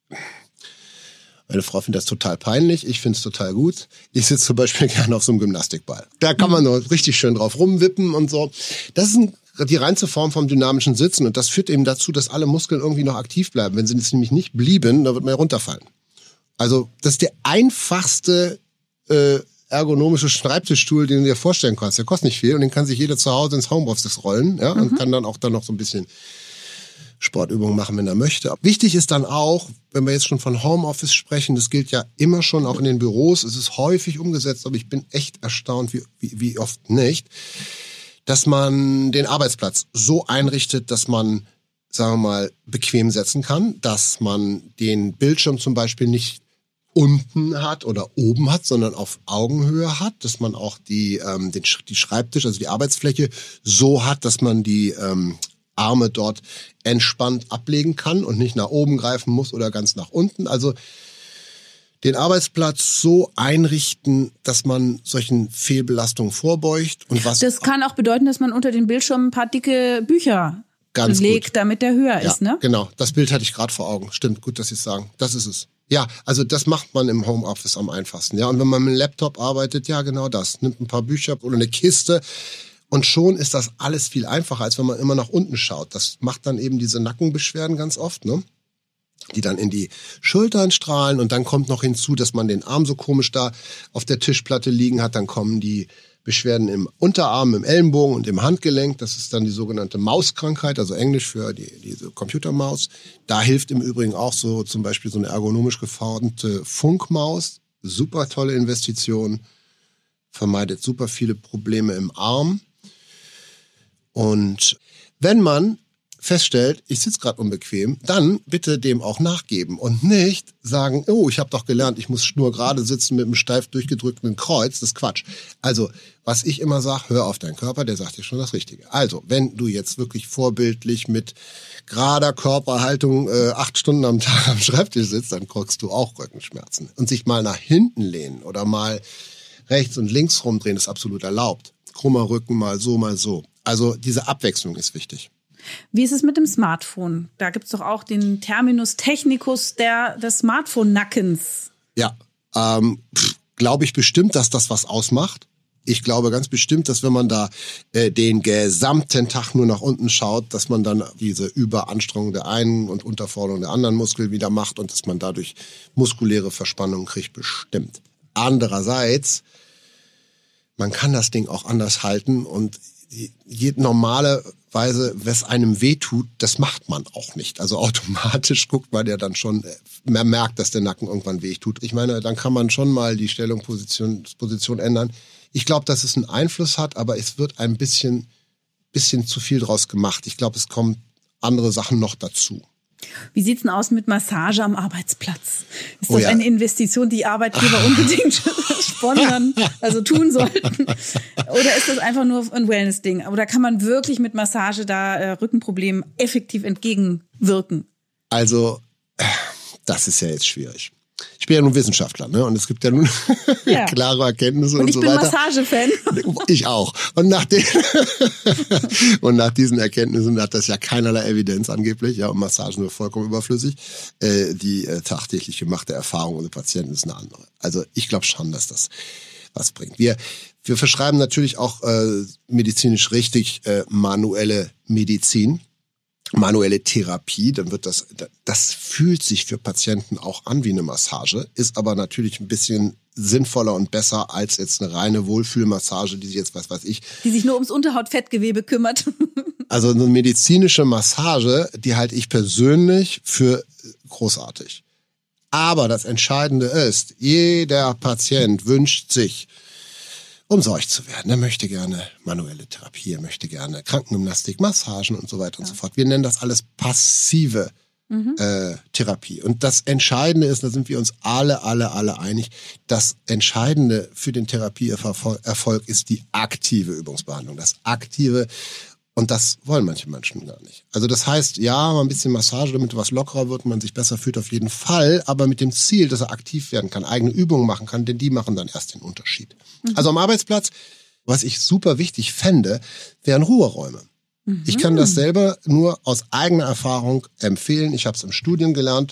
meine Frau findet das total peinlich, ich finde es total gut. Ich sitze zum Beispiel gerne auf so einem Gymnastikball. Da kann man noch richtig schön drauf rumwippen und so. Das ist die reinste Form vom dynamischen Sitzen und das führt eben dazu, dass alle Muskeln irgendwie noch aktiv bleiben. Wenn sie jetzt nämlich nicht blieben, dann wird man ja runterfallen. Also das ist der einfachste ergonomische Schreibtischstuhl, den du dir vorstellen kannst. Der kostet nicht viel und den kann sich jeder zu Hause ins Homeoffice rollen, ja, und kann dann auch noch so ein bisschen Sportübungen machen, wenn er möchte. Wichtig ist dann auch, wenn wir jetzt schon von Homeoffice sprechen, das gilt ja immer schon auch in den Büros, es ist häufig umgesetzt, aber ich bin echt erstaunt, wie oft nicht, dass man den Arbeitsplatz so einrichtet, dass man, sagen wir mal, bequem setzen kann, dass man den Bildschirm zum Beispiel nicht unten hat oder oben hat, sondern auf Augenhöhe hat, dass man auch die Schreibtisch, also die Arbeitsfläche so hat, dass man die Arme dort entspannt ablegen kann und nicht nach oben greifen muss oder ganz nach unten. Also den Arbeitsplatz so einrichten, dass man solchen Fehlbelastungen vorbeugt. Und das kann auch bedeuten, dass man unter den Bildschirm ein paar dicke Bücher legt, damit der höher ist, ne? Genau, das Bild hatte ich gerade vor Augen. Stimmt, gut, dass Sie es sagen. Das ist es. Ja, also das macht man im Homeoffice am einfachsten. Ja, und wenn man mit dem Laptop arbeitet, ja genau das. Nimmt ein paar Bücher oder eine Kiste und schon ist das alles viel einfacher, als wenn man immer nach unten schaut. Das macht dann eben diese Nackenbeschwerden ganz oft, ne? Die dann in die Schultern strahlen und dann kommt noch hinzu, dass man den Arm so komisch da auf der Tischplatte liegen hat. Dann kommen die Beschwerden im Unterarm, im Ellenbogen und im Handgelenk. Das ist dann die sogenannte Mauskrankheit, also Englisch für diese Computermaus. Da hilft im Übrigen auch so zum Beispiel so eine ergonomisch geformte Funkmaus. Super tolle Investition, vermeidet super viele Probleme im Arm. Und wenn man feststellt, ich sitze gerade unbequem, dann bitte dem auch nachgeben und nicht sagen, oh, ich habe doch gelernt, ich muss nur gerade sitzen mit einem steif durchgedrückten Kreuz. Das ist Quatsch. Also, was ich immer sage, hör auf deinen Körper, der sagt dir schon das Richtige. Also, wenn du jetzt wirklich vorbildlich mit gerader Körperhaltung 8 Stunden am Tag am Schreibtisch sitzt, dann kriegst du auch Rückenschmerzen. Und sich mal nach hinten lehnen oder mal rechts und links rumdrehen ist absolut erlaubt. Krummer Rücken, mal so, mal so. Also, diese Abwechslung ist wichtig. Wie ist es mit dem Smartphone? Da gibt's doch auch den Terminus technicus des Smartphone-Nackens. Ja, glaube ich bestimmt, dass das was ausmacht. Ich glaube ganz bestimmt, dass wenn man da den gesamten Tag nur nach unten schaut, dass man dann diese Überanstrengung der einen und Unterforderung der anderen Muskeln wieder macht und dass man dadurch muskuläre Verspannungen kriegt, bestimmt. Andererseits, man kann das Ding auch anders halten und normalerweise, was einem wehtut, das macht man auch nicht. Also automatisch guckt man ja dann schon, man merkt, dass der Nacken irgendwann wehtut. Ich meine, dann kann man schon mal die Stellung, Position ändern. Ich glaube, dass es einen Einfluss hat, aber es wird ein bisschen zu viel draus gemacht. Ich glaube, es kommen andere Sachen noch dazu. Wie sieht's denn aus mit Massage am Arbeitsplatz? Ist das eine Investition, die Arbeitgeber unbedingt sponsern, also tun sollten? Oder ist das einfach nur ein Wellness-Ding? Oder kann man wirklich mit Massage da Rückenproblemen effektiv entgegenwirken? Also, das ist ja jetzt schwierig. Ich bin ja nun Wissenschaftler, ne? Und es gibt ja nun klare Erkenntnisse und so weiter. Und ich bin Massagefan. Ich auch. Und nach diesen Erkenntnissen hat das ja keinerlei Evidenz angeblich. Ja, und Massagen nur vollkommen überflüssig. Die tagtäglich gemachte Erfahrung unserer Patienten ist eine andere. Also ich glaube schon, dass das was bringt. Wir verschreiben natürlich auch medizinisch richtig manuelle Medizin. Manuelle Therapie, dann wird das fühlt sich für Patienten auch an wie eine Massage, ist aber natürlich ein bisschen sinnvoller und besser als jetzt eine reine Wohlfühlmassage, die sich jetzt, die sich nur ums Unterhautfettgewebe kümmert. Also eine medizinische Massage, die halte ich persönlich für großartig. Aber das Entscheidende ist, jeder Patient wünscht sich, umsorgt zu werden. Er möchte gerne manuelle Therapie, er möchte gerne Krankengymnastik, Massagen und so weiter und so fort. Wir nennen das alles passive Therapie. Und das Entscheidende ist, da sind wir uns alle einig, das Entscheidende für den Therapieerfolg ist die aktive Übungsbehandlung. Das aktive, und das wollen manche Menschen gar nicht. Also das heißt, ja, mal ein bisschen Massage, damit was lockerer wird, man sich besser fühlt, auf jeden Fall, aber mit dem Ziel, dass er aktiv werden kann, eigene Übungen machen kann, denn die machen dann erst den Unterschied. Also am Arbeitsplatz, was ich super wichtig fände, wären Ruheräume. Ich kann das selber nur aus eigener Erfahrung empfehlen. Ich habe es im Studium gelernt,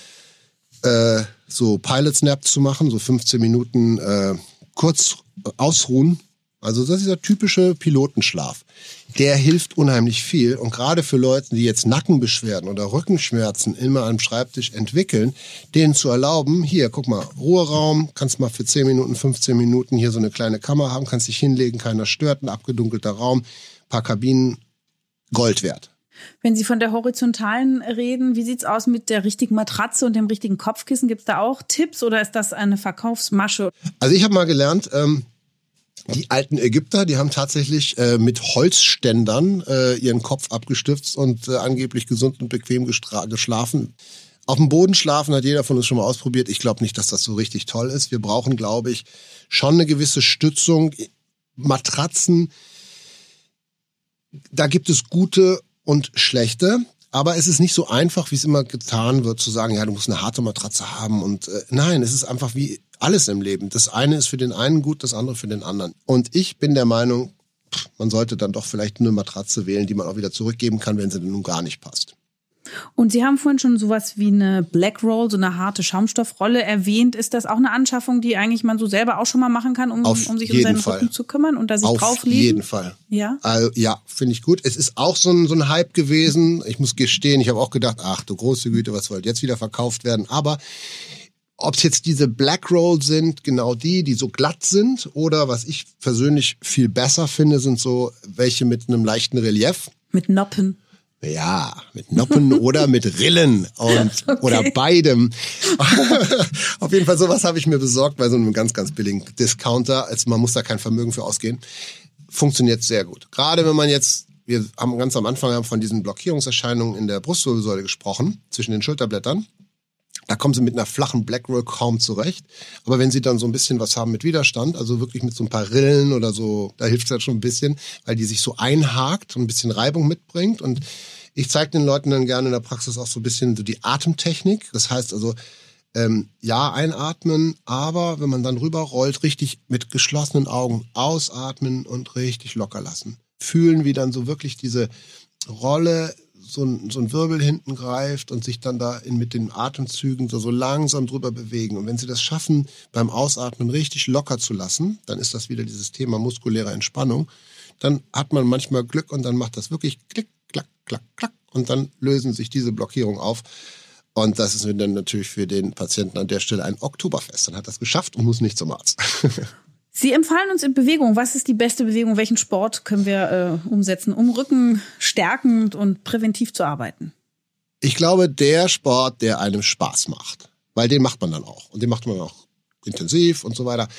so Pilot's Nap zu machen, so 15 Minuten kurz ausruhen. Also das ist dieser typische Pilotenschlaf. Der hilft unheimlich viel. Und gerade für Leute, die jetzt Nackenbeschwerden oder Rückenschmerzen immer am Schreibtisch entwickeln, denen zu erlauben, hier, guck mal, Ruheraum, kannst mal für 10 Minuten, 15 Minuten hier so eine kleine Kammer haben, kannst dich hinlegen, keiner stört, ein abgedunkelter Raum, paar Kabinen, Gold wert. Wenn Sie von der horizontalen reden, wie sieht's aus mit der richtigen Matratze und dem richtigen Kopfkissen? Gibt's da auch Tipps oder ist das eine Verkaufsmasche? Also ich habe mal gelernt, die alten Ägypter, die haben tatsächlich mit Holzständern ihren Kopf abgestützt und angeblich gesund und bequem geschlafen. Auf dem Boden schlafen hat jeder von uns schon mal ausprobiert. Ich glaube nicht, dass das so richtig toll ist. Wir brauchen, glaube ich, schon eine gewisse Stützung. Matratzen, da gibt es gute und schlechte. Aber es ist nicht so einfach, wie es immer getan wird, zu sagen, ja, du musst eine harte Matratze haben. Und nein, es ist einfach wie alles im Leben. Das eine ist für den einen gut, das andere für den anderen. Und ich bin der Meinung, man sollte dann doch vielleicht eine Matratze wählen, die man auch wieder zurückgeben kann, wenn sie denn nun gar nicht passt. Und Sie haben vorhin schon sowas wie eine Black Roll, so eine harte Schaumstoffrolle erwähnt. Ist das auch eine Anschaffung, die eigentlich man so selber auch schon mal machen kann, um sich um seinen Rücken zu kümmern und da sich drauflegen? Auf jeden Fall. Ja? Also, ja, finde ich gut. Es ist auch so ein Hype gewesen. Ich muss gestehen, ich habe auch gedacht, ach du große Güte, was soll jetzt wieder verkauft werden? Aber ob es jetzt diese Black Roll sind, genau die so glatt sind, oder was ich persönlich viel besser finde, sind so welche mit einem leichten Relief. Mit Noppen. Ja, mit Noppen oder mit Rillen oder beidem. Auf jeden Fall, sowas habe ich mir besorgt bei so einem ganz, ganz billigen Discounter. Also man muss da kein Vermögen für ausgehen. Funktioniert sehr gut. Gerade wenn man jetzt wir haben ganz am Anfang von diesen Blockierungserscheinungen in der Brustwirbelsäule gesprochen, zwischen den Schulterblättern. Da kommen sie mit einer flachen Black Roll kaum zurecht. Aber wenn sie dann so ein bisschen was haben mit Widerstand, also wirklich mit so ein paar Rillen oder so, da hilft es halt schon ein bisschen, weil die sich so einhakt und ein bisschen Reibung mitbringt. Und ich zeige den Leuten dann gerne in der Praxis auch so ein bisschen so die Atemtechnik. Das heißt also, ja, einatmen, aber wenn man dann rüberrollt, richtig mit geschlossenen Augen ausatmen und richtig locker lassen. Fühlen, wie dann so wirklich diese Rolle so ein Wirbel hinten greift und sich dann da mit den Atemzügen so langsam drüber bewegen. Und wenn Sie das schaffen, beim Ausatmen richtig locker zu lassen, dann ist das wieder dieses Thema muskuläre Entspannung. Dann hat man manchmal Glück und dann macht das wirklich klick, klack, klack, klack und dann lösen sich diese Blockierungen auf. Und das ist dann natürlich für den Patienten an der Stelle ein Oktoberfest. Dann hat er es geschafft und muss nicht zum Arzt. Sie empfahlen uns in Bewegung. Was ist die beste Bewegung? Welchen Sport können wir umsetzen, um Rücken stärkend und präventiv zu arbeiten? Ich glaube, der Sport, der einem Spaß macht. Weil den macht man dann auch. Und den macht man auch intensiv und so weiter.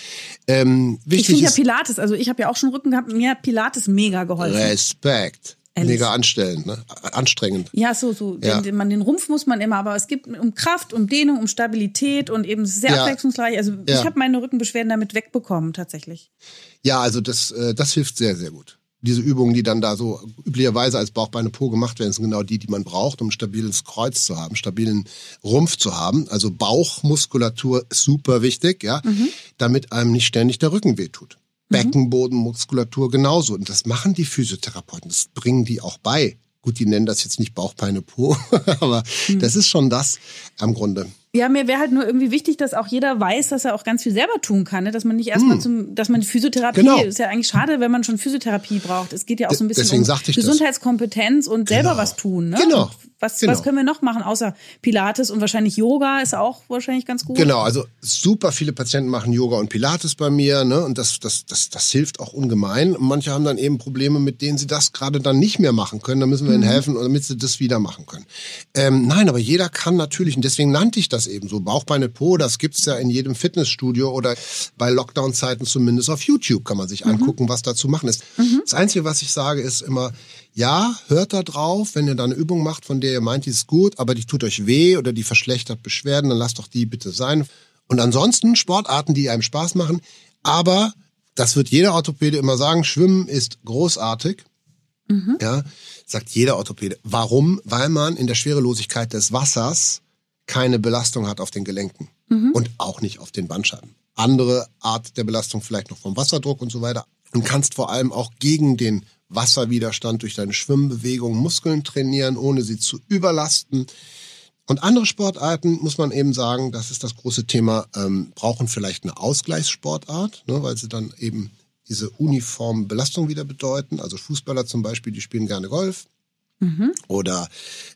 Ich finde ja Pilates, also ich habe ja auch schon Rücken gehabt, mir hat Pilates mega geholfen. Respekt. Mega anstrengend, ne? Anstrengend. Ja, ja. Den Rumpf muss man immer, aber es geht um Kraft, um Dehnung, um Stabilität und eben sehr abwechslungsreich. Also ich habe meine Rückenbeschwerden damit wegbekommen, tatsächlich. Ja, also das hilft sehr, sehr gut. Diese Übungen, die dann da so üblicherweise als Bauch, Beine, Po gemacht werden, sind genau die man braucht, um ein stabiles Kreuz zu haben, stabilen Rumpf zu haben. Also Bauchmuskulatur ist super wichtig, ja, damit einem nicht ständig der Rücken wehtut. Beckenbodenmuskulatur genauso. Und das machen die Physiotherapeuten. Das bringen die auch bei. Gut, die nennen das jetzt nicht Bauch, Beine, Po, aber das ist schon das am Grunde. Ja, mir wäre halt nur irgendwie wichtig, dass auch jeder weiß, dass er auch ganz viel selber tun kann. Ne? Dass man nicht erstmal dass man die Physiotherapie, ist ja eigentlich schade, wenn man schon Physiotherapie braucht. Es geht ja auch so ein bisschen um Gesundheitskompetenz und selber was tun. Ne? Genau. Was können wir noch machen, außer Pilates und wahrscheinlich Yoga ist auch wahrscheinlich ganz gut. Genau, also super viele Patienten machen Yoga und Pilates bei mir, ne? Und das hilft auch ungemein. Und manche haben dann eben Probleme, mit denen sie das gerade dann nicht mehr machen können. Da müssen wir ihnen helfen, damit sie das wieder machen können. Nein, aber jeder kann natürlich, und deswegen nannte ich das eben so, Bauch, Beine, Po, das gibt's ja in jedem Fitnessstudio oder bei Lockdown-Zeiten zumindest auf YouTube kann man sich angucken, was da zu machen ist. Das Einzige, was ich sage, ist immer, ja, hört da drauf, wenn ihr da eine Übung macht, von der ihr meint, die ist gut, aber die tut euch weh oder die verschlechtert Beschwerden, dann lasst doch die bitte sein. Und ansonsten Sportarten, die einem Spaß machen, aber das wird jeder Orthopäde immer sagen, Schwimmen ist großartig. Ja, sagt jeder Orthopäde. Warum? Weil man in der Schwerelosigkeit des Wassers keine Belastung hat auf den Gelenken und auch nicht auf den Bandscheiben. Andere Art der Belastung vielleicht noch vom Wasserdruck und so weiter. Und kannst vor allem auch gegen den Wasserwiderstand durch deine Schwimmbewegung Muskeln trainieren, ohne sie zu überlasten. Und andere Sportarten, muss man eben sagen, das ist das große Thema, brauchen vielleicht eine Ausgleichssportart, ne, weil sie dann eben diese uniforme Belastung wieder bedeuten. Also Fußballer zum Beispiel, die spielen gerne Golf. Oder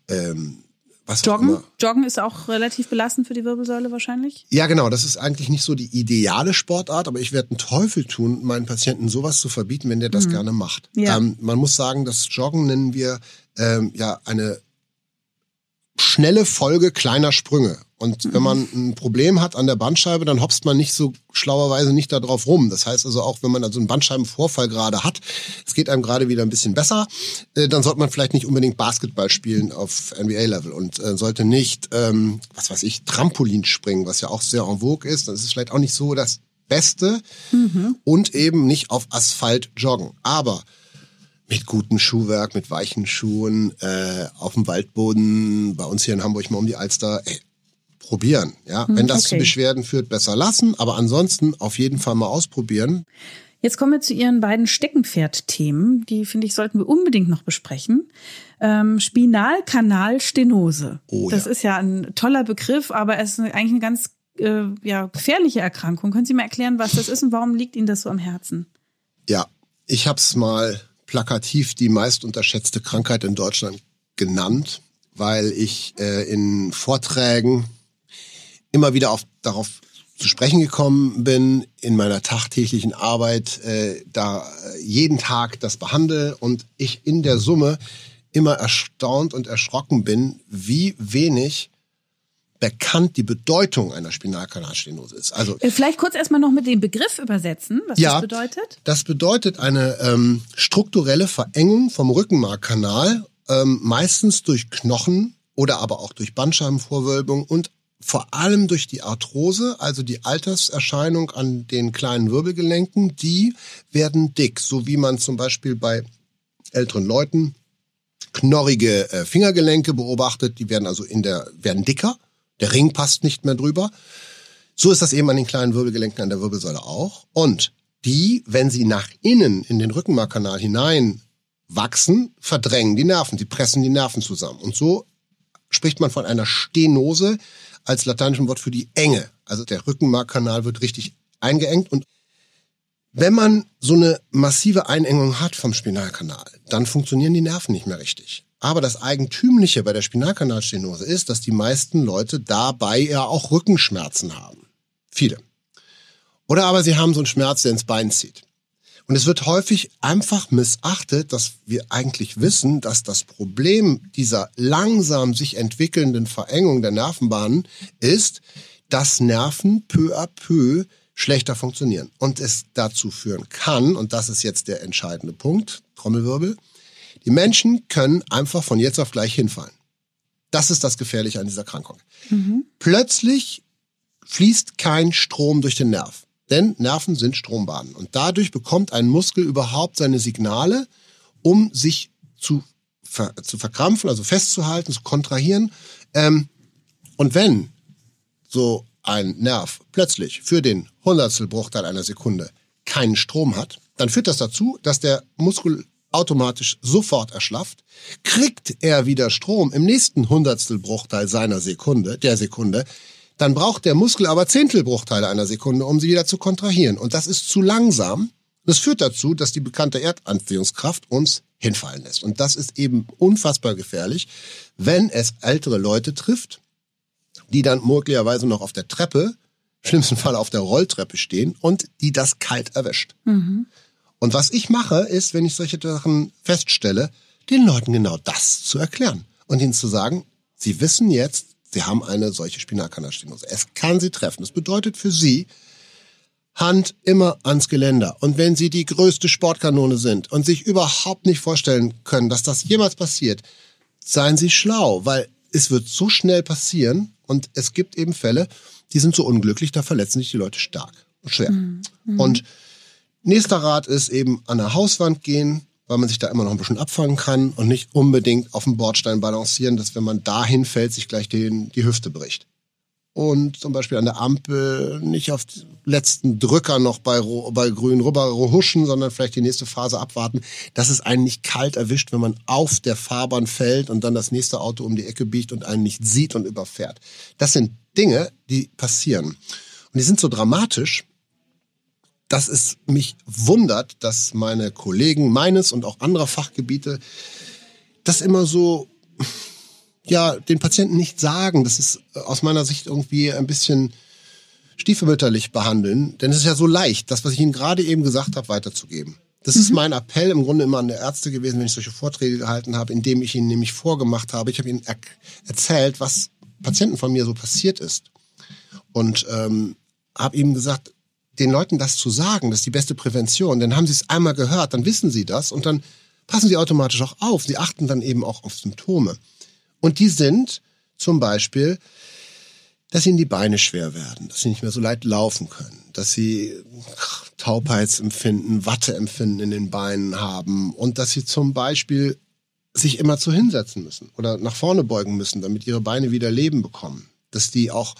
was Joggen? auch immer. Joggen ist auch relativ belastend für die Wirbelsäule wahrscheinlich? Ja, genau. Das ist eigentlich nicht so die ideale Sportart, aber ich werde einen Teufel tun, meinen Patienten sowas zu verbieten, wenn der das gerne macht. Ja. Man muss sagen, das Joggen nennen wir eine schnelle Folge kleiner Sprünge. Und wenn man ein Problem hat an der Bandscheibe, dann hopst man nicht so schlauerweise nicht da drauf rum. Das heißt also auch, wenn man also einen Bandscheibenvorfall gerade hat, es geht einem gerade wieder ein bisschen besser, dann sollte man vielleicht nicht unbedingt Basketball spielen auf NBA-Level und sollte nicht, Trampolin springen, was ja auch sehr en vogue ist. Das ist vielleicht auch nicht so das Beste und eben nicht auf Asphalt joggen. Aber mit gutem Schuhwerk, mit weichen Schuhen, auf dem Waldboden, bei uns hier in Hamburg mal um die Alster, probieren. Ja? Wenn das zu Beschwerden führt, besser lassen, aber ansonsten auf jeden Fall mal ausprobieren. Jetzt kommen wir zu Ihren beiden Steckenpferd-Themen, die, finde ich, sollten wir unbedingt noch besprechen. Spinalkanalstenose. Das ist ja ein toller Begriff, aber es ist eigentlich eine ganz gefährliche Erkrankung. Können Sie mir erklären, was das ist und warum liegt Ihnen das so am Herzen? Ja, ich habe es mal plakativ die meist unterschätzte Krankheit in Deutschland genannt, weil ich in Vorträgen immer wieder darauf zu sprechen gekommen bin, in meiner tagtäglichen Arbeit da jeden Tag das behandle und ich in der Summe immer erstaunt und erschrocken bin, wie wenig bekannt die Bedeutung einer Spinalkanalstenose ist. Also vielleicht kurz erstmal noch mit dem Begriff übersetzen, was das bedeutet. Das bedeutet eine strukturelle Verengung vom Rückenmarkkanal, meistens durch Knochen oder aber auch durch Bandscheibenvorwölbung und vor allem durch die Arthrose, also die Alterserscheinung an den kleinen Wirbelgelenken, die werden dick, so wie man zum Beispiel bei älteren Leuten knorrige Fingergelenke beobachtet, die werden also werden dicker, der Ring passt nicht mehr drüber. So ist das eben an den kleinen Wirbelgelenken an der Wirbelsäule auch. Und die, wenn sie nach innen in den Rückenmarkkanal hinein wachsen, verdrängen die Nerven, sie pressen die Nerven zusammen. Und so spricht man von einer Stenose als lateinischen Wort für die Enge. Also der Rückenmarkkanal wird richtig eingeengt. Und wenn man so eine massive Einengung hat vom Spinalkanal, dann funktionieren die Nerven nicht mehr richtig. Aber das Eigentümliche bei der Spinalkanalstenose ist, dass die meisten Leute dabei ja auch Rückenschmerzen haben. Viele. Oder aber sie haben so einen Schmerz, der ins Bein zieht. Und es wird häufig einfach missachtet, dass wir eigentlich wissen, dass das Problem dieser langsam sich entwickelnden Verengung der Nervenbahnen ist, dass Nerven peu à peu schlechter funktionieren. Und es dazu führen kann, und das ist jetzt der entscheidende Punkt, Trommelwirbel, die Menschen können einfach von jetzt auf gleich hinfallen. Das ist das Gefährliche an dieser Krankheit. Plötzlich fließt kein Strom durch den Nerv. Denn Nerven sind Strombahnen. Und dadurch bekommt ein Muskel überhaupt seine Signale, um sich zu verkrampfen, also festzuhalten, zu kontrahieren. Und wenn so ein Nerv plötzlich für den Hundertstelbruchteil einer Sekunde keinen Strom hat, dann führt das dazu, dass der Muskel automatisch sofort erschlafft. Kriegt er wieder Strom im nächsten Hundertstelbruchteil seiner Sekunde, dann braucht der Muskel aber Zehntelbruchteile einer Sekunde, um sie wieder zu kontrahieren. Und das ist zu langsam. Das führt dazu, dass die bekannte Erdanziehungskraft uns hinfallen lässt. Und das ist eben unfassbar gefährlich, wenn es ältere Leute trifft, die dann möglicherweise noch auf der Treppe, im schlimmsten Fall auf der Rolltreppe stehen und die das kalt erwischt. Und was ich mache, ist, wenn ich solche Sachen feststelle, den Leuten genau das zu erklären und ihnen zu sagen, sie wissen jetzt, sie haben eine solche Spinalkanalstenose. Es kann sie treffen. Das bedeutet für sie, Hand immer ans Geländer. Und wenn sie die größte Sportkanone sind und sich überhaupt nicht vorstellen können, dass das jemals passiert, seien sie schlau, weil es wird so schnell passieren und es gibt eben Fälle, die sind so unglücklich, da verletzen sich die Leute stark und schwer. Und nächster Rat ist eben an der Hauswand gehen, weil man sich da immer noch ein bisschen abfangen kann und nicht unbedingt auf dem Bordstein balancieren, dass wenn man da hinfällt, sich gleich die Hüfte bricht. Und zum Beispiel an der Ampel nicht auf den letzten Drücker noch bei Grün rüber huschen, sondern vielleicht die nächste Phase abwarten, dass es einen nicht kalt erwischt, wenn man auf der Fahrbahn fällt und dann das nächste Auto um die Ecke biegt und einen nicht sieht und überfährt. Das sind Dinge, die passieren. Und die sind so dramatisch, dass es mich wundert, dass meine Kollegen meines und auch anderer Fachgebiete das immer so, ja, den Patienten nicht sagen. Das ist aus meiner Sicht irgendwie ein bisschen stiefmütterlich behandeln. Denn es ist ja so leicht, das, was ich Ihnen gerade eben gesagt habe, weiterzugeben. Das ist mein Appell im Grunde immer an die Ärzte gewesen, wenn ich solche Vorträge gehalten habe, indem ich Ihnen nämlich vorgemacht habe. Ich habe Ihnen erzählt, was Patienten von mir so passiert ist. Und habe ihm gesagt, den Leuten das zu sagen, das ist die beste Prävention. Denn haben sie es einmal gehört, dann wissen sie das und dann passen sie automatisch auch auf. Sie achten dann eben auch auf Symptome. Und die sind zum Beispiel, dass ihnen die Beine schwer werden, dass sie nicht mehr so leicht laufen können, dass sie Taubheitsempfinden, Watteempfinden in den Beinen haben und dass sie zum Beispiel sich immer zu hinsetzen müssen oder nach vorne beugen müssen, damit ihre Beine wieder Leben bekommen. Dass die auch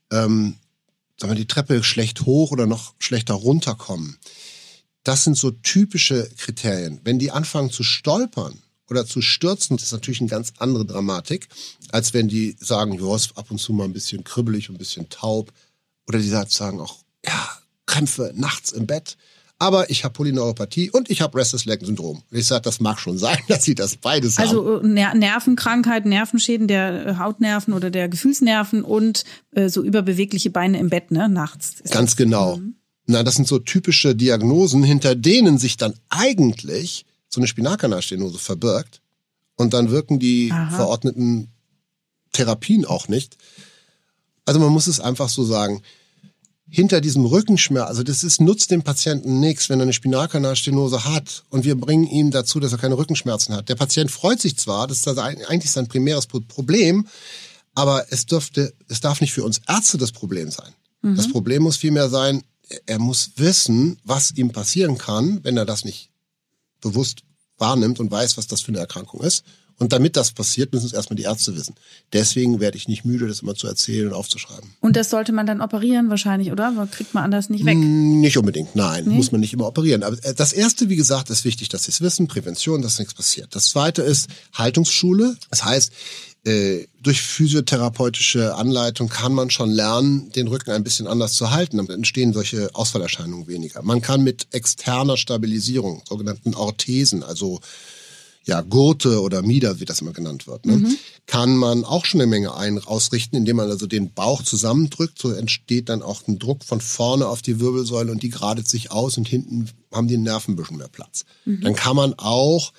die Treppe schlecht hoch oder noch schlechter runterkommen. Das sind so typische Kriterien. Wenn die anfangen zu stolpern oder zu stürzen, das ist natürlich eine ganz andere Dramatik, als wenn die sagen, ja, ist ab und zu mal ein bisschen kribbelig und ein bisschen taub. Oder die sagen auch, ja, Krämpfe nachts im Bett. Aber ich habe Polyneuropathie und ich habe Restless Leg Syndrom. Und ich sage, das mag schon sein, dass sie das beides haben. Also Nervenkrankheit, Nervenschäden der Hautnerven oder der Gefühlsnerven und so überbewegliche Beine im Bett, ne, nachts. Ganz genau. Na, das sind so typische Diagnosen, hinter denen sich dann eigentlich so eine Spinalkanalstenose verbirgt. Und dann wirken die verordneten Therapien auch nicht. Also man muss es einfach so sagen, hinter diesem Rückenschmerz, also nutzt dem Patienten nichts, wenn er eine Spinalkanalstenose hat und wir bringen ihm dazu, dass er keine Rückenschmerzen hat. Der Patient freut sich zwar, das ist eigentlich sein primäres Problem, aber es darf nicht für uns Ärzte das Problem sein. Mhm. Das Problem muss vielmehr sein, er muss wissen, was ihm passieren kann, wenn er das nicht bewusst wahrnimmt und weiß, was das für eine Erkrankung ist. Und damit das passiert, müssen es erstmal die Ärzte wissen. Deswegen werde ich nicht müde, das immer zu erzählen und aufzuschreiben. Und das sollte man dann operieren wahrscheinlich, oder? Aber kriegt man anders nicht weg? Nicht unbedingt, nein. Nee? Muss man nicht immer operieren. Aber das Erste, wie gesagt, ist wichtig, dass Sie es wissen. Prävention, dass nichts passiert. Das Zweite ist Haltungsschule. Das heißt, durch physiotherapeutische Anleitung kann man schon lernen, den Rücken ein bisschen anders zu halten. Dann entstehen solche Ausfallerscheinungen weniger. Man kann mit externer Stabilisierung, sogenannten Orthesen, also Gurte oder Mieder, wie das immer genannt wird, kann man auch schon eine Menge ausrichten, indem man also den Bauch zusammendrückt. So entsteht dann auch ein Druck von vorne auf die Wirbelsäule und die gradet sich aus und hinten haben die Nerven ein bisschen mehr Platz. Dann kann man auch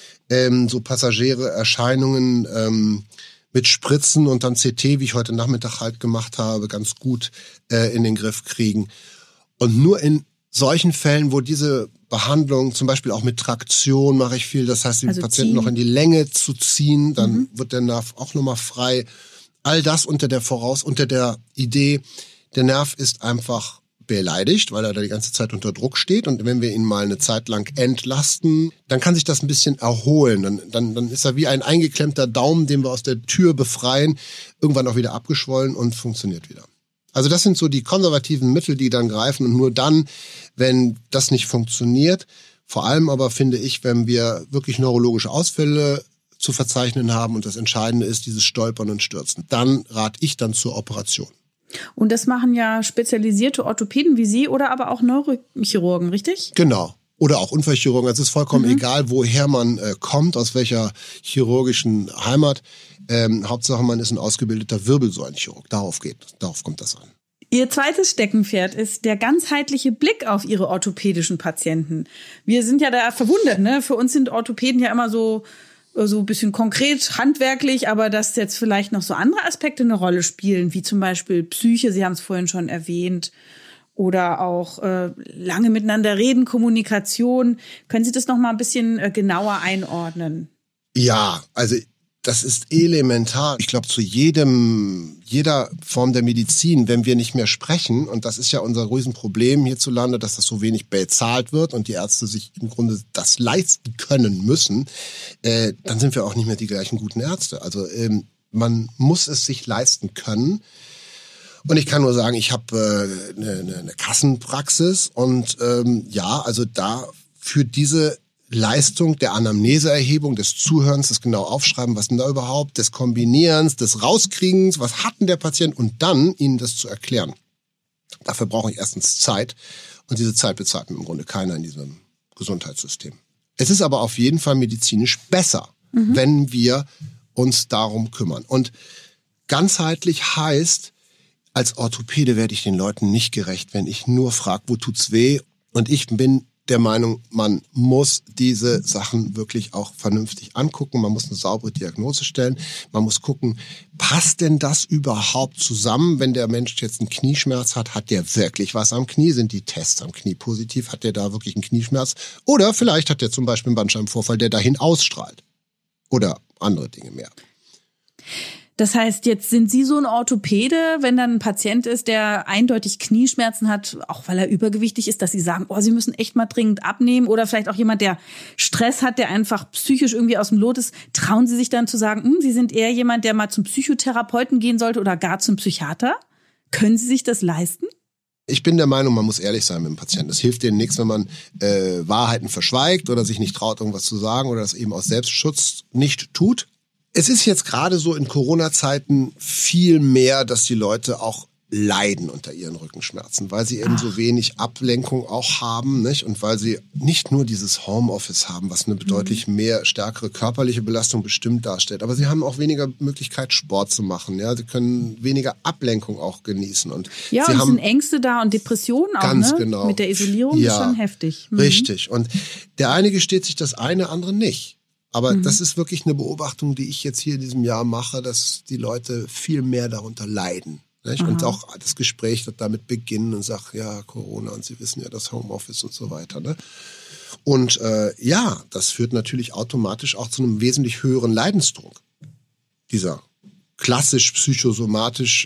so passagiere Erscheinungen mit Spritzen und dann CT, wie ich heute Nachmittag halt gemacht habe, ganz gut in den Griff kriegen. Und nur in solchen Fällen, wo diese Behandlung, zum Beispiel auch mit Traktion mache ich viel, das heißt, den Patienten noch in die Länge zu ziehen, dann wird der Nerv auch nochmal frei. All das unter der Idee, der Nerv ist einfach beleidigt, weil er da die ganze Zeit unter Druck steht und wenn wir ihn mal eine Zeit lang entlasten, dann kann sich das ein bisschen erholen. Dann ist er wie ein eingeklemmter Daumen, den wir aus der Tür befreien, irgendwann auch wieder abgeschwollen und funktioniert wieder. Also das sind so die konservativen Mittel, die dann greifen und nur dann, wenn das nicht funktioniert, vor allem aber finde ich, wenn wir wirklich neurologische Ausfälle zu verzeichnen haben und das Entscheidende ist dieses Stolpern und Stürzen, dann rate ich dann zur Operation. Und das machen ja spezialisierte Orthopäden wie Sie oder aber auch Neurochirurgen, richtig? Genau. Oder auch Unfallchirurgen. Es ist vollkommen egal, woher man kommt, aus welcher chirurgischen Heimat. Hauptsache, man ist ein ausgebildeter Wirbelsäulenchirurg. Darauf kommt das an. Ihr zweites Steckenpferd ist der ganzheitliche Blick auf Ihre orthopädischen Patienten. Wir sind ja da verwundert, ne? Für uns sind Orthopäden ja immer so ein bisschen konkret, handwerklich, aber dass jetzt vielleicht noch so andere Aspekte eine Rolle spielen, wie zum Beispiel Psyche, Sie haben es vorhin schon erwähnt, oder auch lange miteinander reden, Kommunikation. Können Sie das noch mal ein bisschen genauer einordnen? Ja, also das ist elementar. Ich glaube, zu jeder Form der Medizin, wenn wir nicht mehr sprechen, und das ist ja unser Riesenproblem hierzulande, dass das so wenig bezahlt wird und die Ärzte sich im Grunde das leisten können müssen, dann sind wir auch nicht mehr die gleichen guten Ärzte. Also man muss es sich leisten können. Und ich kann nur sagen, ich habe eine Kassenpraxis und also da für diese Leistung der Anamneseerhebung, des Zuhörens, des genau Aufschreiben, was denn da überhaupt, des Kombinierens, des Rauskriegens, was hat denn der Patient und dann ihnen das zu erklären. Dafür brauche ich erstens Zeit und diese Zeit bezahlt mir im Grunde keiner in diesem Gesundheitssystem. Es ist aber auf jeden Fall medizinisch besser, wenn wir uns darum kümmern. Und ganzheitlich heißt, als Orthopäde werde ich den Leuten nicht gerecht, wenn ich nur frage, wo tut's weh? Und ich bin der Meinung, man muss diese Sachen wirklich auch vernünftig angucken. Man muss eine saubere Diagnose stellen. Man muss gucken, passt denn das überhaupt zusammen? Wenn der Mensch jetzt einen Knieschmerz hat, hat der wirklich was am Knie? Sind die Tests am Knie positiv? Hat der da wirklich einen Knieschmerz? Oder vielleicht hat der zum Beispiel einen Bandscheibenvorfall, der dahin ausstrahlt. Oder andere Dinge mehr. Das heißt, jetzt sind Sie so ein Orthopäde, wenn dann ein Patient ist, der eindeutig Knieschmerzen hat, auch weil er übergewichtig ist, dass Sie sagen, Sie müssen echt mal dringend abnehmen, oder vielleicht auch jemand, der Stress hat, der einfach psychisch irgendwie aus dem Lot ist. Trauen Sie sich dann zu sagen, Sie sind eher jemand, der mal zum Psychotherapeuten gehen sollte oder gar zum Psychiater? Können Sie sich das leisten? Ich bin der Meinung, man muss ehrlich sein mit dem Patienten. Es hilft denen nichts, wenn man Wahrheiten verschweigt oder sich nicht traut, irgendwas zu sagen oder das eben aus Selbstschutz nicht tut. Es ist jetzt gerade so in Corona-Zeiten viel mehr, dass die Leute auch leiden unter ihren Rückenschmerzen, weil sie eben so wenig Ablenkung auch haben, nicht? Und weil sie nicht nur dieses Homeoffice haben, was eine deutlich mehr stärkere körperliche Belastung bestimmt darstellt, aber sie haben auch weniger Möglichkeit, Sport zu machen. Ja, sie können weniger Ablenkung auch genießen. Und ja, sie und haben sind Ängste da und Depressionen auch, ganz ne? Genau. Mit der Isolierung ist schon heftig. Richtig. Und der eine gesteht sich das eine, andere nicht. Aber das ist wirklich eine Beobachtung, die ich jetzt hier in diesem Jahr mache, dass die Leute viel mehr darunter leiden. Nicht? Und auch das Gespräch wird damit beginnen und sagt, ja, Corona und Sie wissen ja, das Homeoffice und so weiter. Ne? Und das führt natürlich automatisch auch zu einem wesentlich höheren Leidensdruck. Dieser klassisch psychosomatisch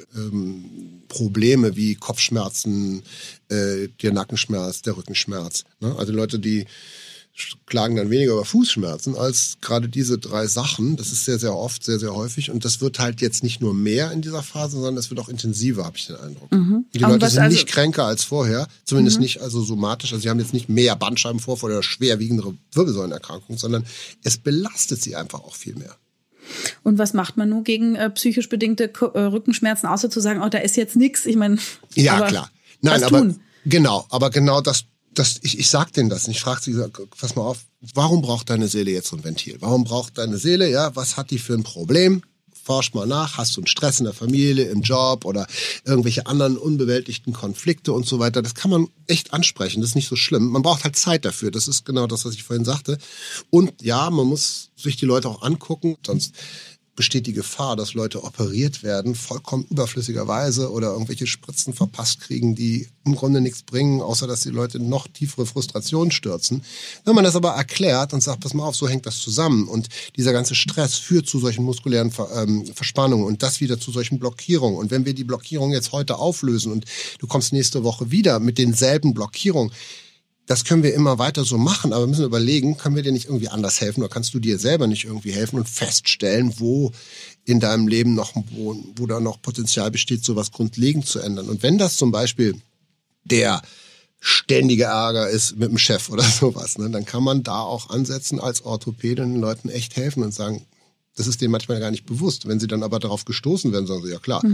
Probleme wie Kopfschmerzen, der Nackenschmerz, der Rückenschmerz. Ne? Also Leute, die klagen dann weniger über Fußschmerzen als gerade diese 3 Sachen. Das ist sehr, sehr oft, sehr, sehr häufig. Und das wird halt jetzt nicht nur mehr in dieser Phase, sondern es wird auch intensiver, habe ich den Eindruck. Die Leute sind nicht kränker als vorher, zumindest nicht also somatisch. Also sie haben jetzt nicht mehr Bandscheibenvorfall oder schwerwiegendere Wirbelsäulenerkrankungen, sondern es belastet sie einfach auch viel mehr. Und was macht man nun gegen psychisch bedingte Rückenschmerzen, außer zu sagen, da ist jetzt nichts? Ich meine, ja, klar. Nein, aber genau das. Ich sag denen das. Ich frage sie, pass mal auf, warum braucht deine Seele jetzt so ein Ventil? Warum braucht deine Seele, was hat die für ein Problem? Forsch mal nach, hast du einen Stress in der Familie, im Job oder irgendwelche anderen unbewältigten Konflikte und so weiter. Das kann man echt ansprechen, das ist nicht so schlimm. Man braucht halt Zeit dafür, das ist genau das, was ich vorhin sagte. Und ja, man muss sich die Leute auch angucken, sonst besteht die Gefahr, dass Leute operiert werden, vollkommen überflüssigerweise oder irgendwelche Spritzen verpasst kriegen, die im Grunde nichts bringen, außer dass die Leute noch tiefere Frustrationen stürzen. Wenn man das aber erklärt und sagt, pass mal auf, so hängt das zusammen und dieser ganze Stress führt zu solchen muskulären Verspannungen und das wieder zu solchen Blockierungen. Und wenn wir die Blockierung jetzt heute auflösen und du kommst nächste Woche wieder mit denselben Blockierungen, das können wir immer weiter so machen, aber wir müssen überlegen, können wir dir nicht irgendwie anders helfen oder kannst du dir selber nicht irgendwie helfen und feststellen, wo in deinem Leben noch, wo da noch Potenzial besteht, sowas grundlegend zu ändern. Und wenn das zum Beispiel der ständige Ärger ist mit dem Chef oder sowas, ne, dann kann man da auch ansetzen als Orthopäde und den Leuten echt helfen und sagen, das ist denen manchmal gar nicht bewusst. Wenn sie dann aber darauf gestoßen werden, sagen sie, ja klar.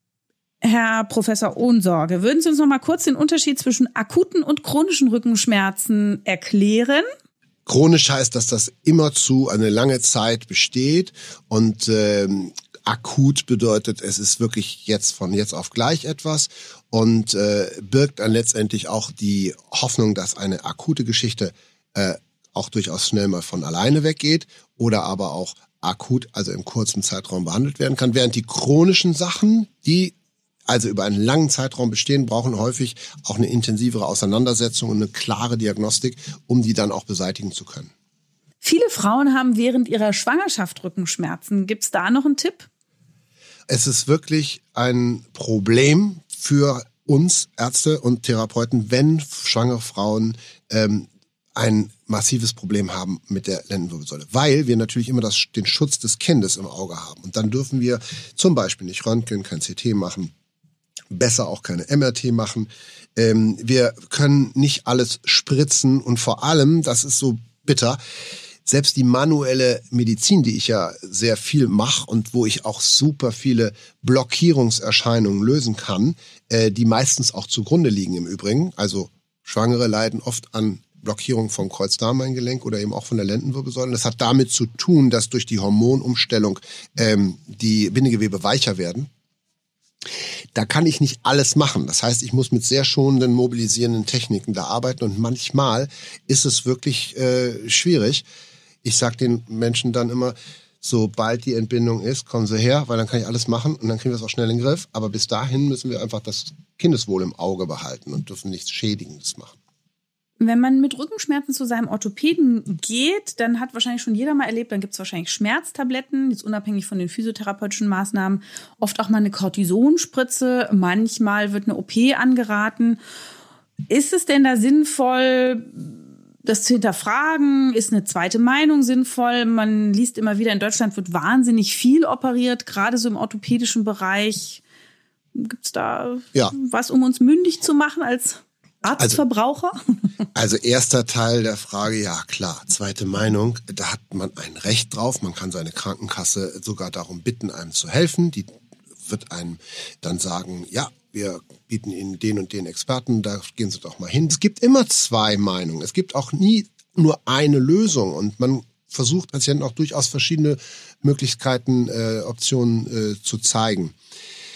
Herr Professor Ohnsorge, würden Sie uns noch mal kurz den Unterschied zwischen akuten und chronischen Rückenschmerzen erklären? Chronisch heißt, dass das immerzu eine lange Zeit besteht und akut bedeutet, es ist wirklich von jetzt auf gleich etwas und birgt dann letztendlich auch die Hoffnung, dass eine akute Geschichte auch durchaus schnell mal von alleine weggeht oder aber auch akut, also im kurzen Zeitraum behandelt werden kann, während die chronischen Sachen, die also über einen langen Zeitraum bestehen, brauchen häufig auch eine intensivere Auseinandersetzung und eine klare Diagnostik, um die dann auch beseitigen zu können. Viele Frauen haben während ihrer Schwangerschaft Rückenschmerzen. Gibt es da noch einen Tipp? Es ist wirklich ein Problem für uns Ärzte und Therapeuten, wenn schwangere Frauen ein massives Problem haben mit der Lendenwirbelsäule, weil wir natürlich immer den Schutz des Kindes im Auge haben. Und dann dürfen wir zum Beispiel nicht Röntgen, kein CT machen, besser auch keine MRT machen. Wir können nicht alles spritzen und vor allem, das ist so bitter, selbst die manuelle Medizin, die ich ja sehr viel mache und wo ich auch super viele Blockierungserscheinungen lösen kann, die meistens auch zugrunde liegen im Übrigen. Also Schwangere leiden oft an Blockierung vom Kreuzdarmbeingelenk oder eben auch von der Lendenwirbelsäule. Das hat damit zu tun, dass durch die Hormonumstellung die Bindegewebe weicher werden. Da kann ich nicht alles machen. Das heißt, ich muss mit sehr schonenden, mobilisierenden Techniken da arbeiten und manchmal ist es wirklich schwierig. Ich sage den Menschen dann immer, sobald die Entbindung ist, kommen sie her, weil dann kann ich alles machen und dann kriegen wir es auch schnell in den Griff. Aber bis dahin müssen wir einfach das Kindeswohl im Auge behalten und dürfen nichts Schädigendes machen. Wenn man mit Rückenschmerzen zu seinem Orthopäden geht, dann hat wahrscheinlich schon jeder mal erlebt, dann gibt es wahrscheinlich Schmerztabletten, jetzt unabhängig von den physiotherapeutischen Maßnahmen, oft auch mal eine Kortisonspritze, manchmal wird eine OP angeraten. Ist es denn da sinnvoll, das zu hinterfragen? Ist eine zweite Meinung sinnvoll? Man liest immer wieder, in Deutschland wird wahnsinnig viel operiert, gerade so im orthopädischen Bereich. Gibt es da was, um uns mündig zu machen als Arztverbraucher? Also erster Teil der Frage, ja klar, zweite Meinung, da hat man ein Recht drauf. Man kann seine Krankenkasse sogar darum bitten, einem zu helfen. Die wird einem dann sagen, ja, wir bieten Ihnen den und den Experten, da gehen Sie doch mal hin. Es gibt immer zwei Meinungen. Es gibt auch nie nur eine Lösung und man versucht Patienten auch durchaus verschiedene Möglichkeiten, Optionen zu zeigen.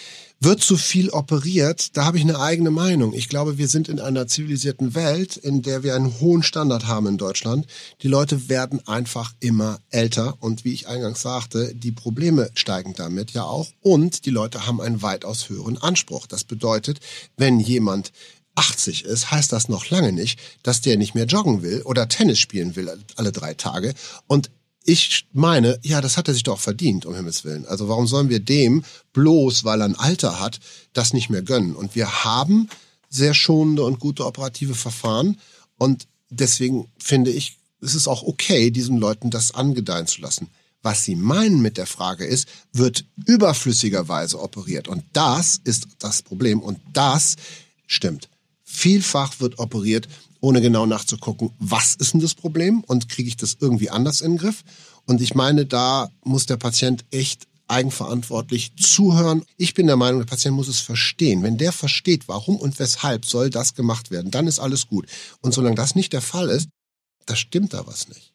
Wird zu viel operiert? Da habe ich eine eigene Meinung. Ich glaube, wir sind in einer zivilisierten Welt, in der wir einen hohen Standard haben in Deutschland. Die Leute werden einfach immer älter und wie ich eingangs sagte, die Probleme steigen damit ja auch und die Leute haben einen weitaus höheren Anspruch. Das bedeutet, wenn jemand 80 ist, heißt das noch lange nicht, dass der nicht mehr joggen will oder Tennis spielen will alle 3 Tage. Und ich meine, ja, das hat er sich doch verdient, um Himmels Willen. Also warum sollen wir dem, bloß weil er ein Alter hat, das nicht mehr gönnen? Und wir haben sehr schonende und gute operative Verfahren. Und deswegen finde ich, es ist auch okay, diesen Leuten das angedeihen zu lassen. Was sie meinen mit der Frage ist, wird überflüssigerweise operiert. Und das ist das Problem. Und das stimmt. Vielfach wird operiert, ohne genau nachzugucken, was ist denn das Problem und kriege ich das irgendwie anders in den Griff? Und ich meine, da muss der Patient echt eigenverantwortlich zuhören. Ich bin der Meinung, der Patient muss es verstehen. Wenn der versteht, warum und weshalb soll das gemacht werden, dann ist alles gut. Und solange das nicht der Fall ist, da stimmt da was nicht.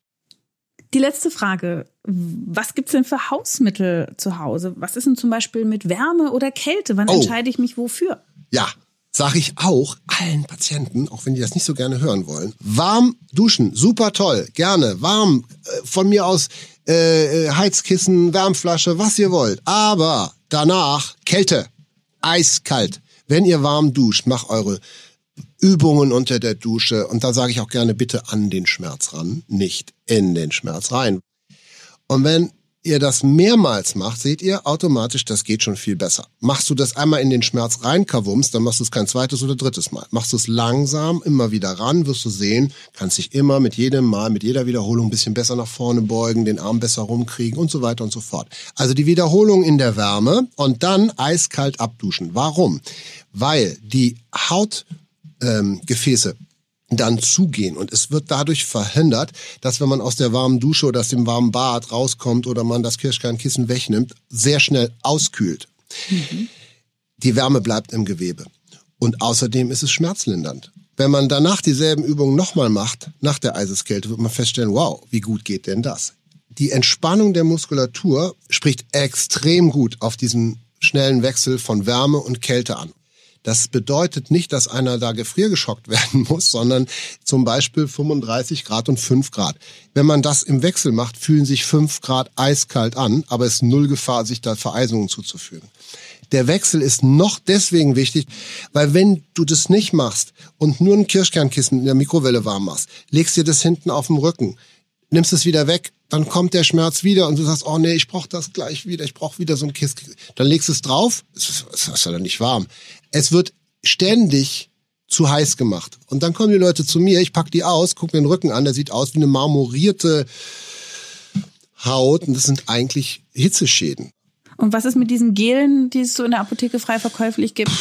Die letzte Frage. Was gibt's denn für Hausmittel zu Hause? Was ist denn zum Beispiel mit Wärme oder Kälte? Wann entscheide ich mich wofür? Ja. Sage ich auch allen Patienten, auch wenn die das nicht so gerne hören wollen, warm duschen, super toll, gerne, warm, von mir aus Heizkissen, Wärmflasche, was ihr wollt. Aber danach Kälte, eiskalt. Wenn ihr warm duscht, macht eure Übungen unter der Dusche und da sage ich auch gerne bitte an den Schmerz ran, nicht in den Schmerz rein. Und wenn ihr das mehrmals macht, seht ihr automatisch, das geht schon viel besser. Machst du das einmal in den Schmerz rein, kavums, dann machst du es kein zweites oder drittes Mal. Machst du es langsam, immer wieder ran, wirst du sehen, kannst dich immer mit jedem Mal, mit jeder Wiederholung ein bisschen besser nach vorne beugen, den Arm besser rumkriegen und so weiter und so fort. Also die Wiederholung in der Wärme und dann eiskalt abduschen. Warum? Weil die Hautgefäße dann zugehen. Und es wird dadurch verhindert, dass wenn man aus der warmen Dusche oder aus dem warmen Bad rauskommt oder man das Kirschkernkissen wegnimmt, sehr schnell auskühlt. Mhm. Die Wärme bleibt im Gewebe. Und außerdem ist es schmerzlindernd. Wenn man danach dieselben Übungen nochmal macht, nach der Eiseskälte, wird man feststellen, wow, wie gut geht denn das? Die Entspannung der Muskulatur spricht extrem gut auf diesen schnellen Wechsel von Wärme und Kälte an. Das bedeutet nicht, dass einer da gefriergeschockt werden muss, sondern zum Beispiel 35 Grad und 5 Grad. Wenn man das im Wechsel macht, fühlen sich 5 Grad eiskalt an, aber es ist null Gefahr, sich da Vereisungen zuzufügen. Der Wechsel ist noch deswegen wichtig, weil wenn du das nicht machst und nur ein Kirschkernkissen in der Mikrowelle warm machst, legst dir das hinten auf dem Rücken, nimmst es wieder weg, dann kommt der Schmerz wieder und du sagst, oh nee, ich brauche das gleich wieder, ich brauche wieder so ein Kissen. Dann legst du es drauf, es ist ja dann nicht warm. Es wird ständig zu heiß gemacht. Und dann kommen die Leute zu mir, ich pack die aus, guck mir den Rücken an, der sieht aus wie eine marmorierte Haut und das sind eigentlich Hitzeschäden. Und was ist mit diesen Gelen, die es so in der Apotheke frei verkäuflich gibt?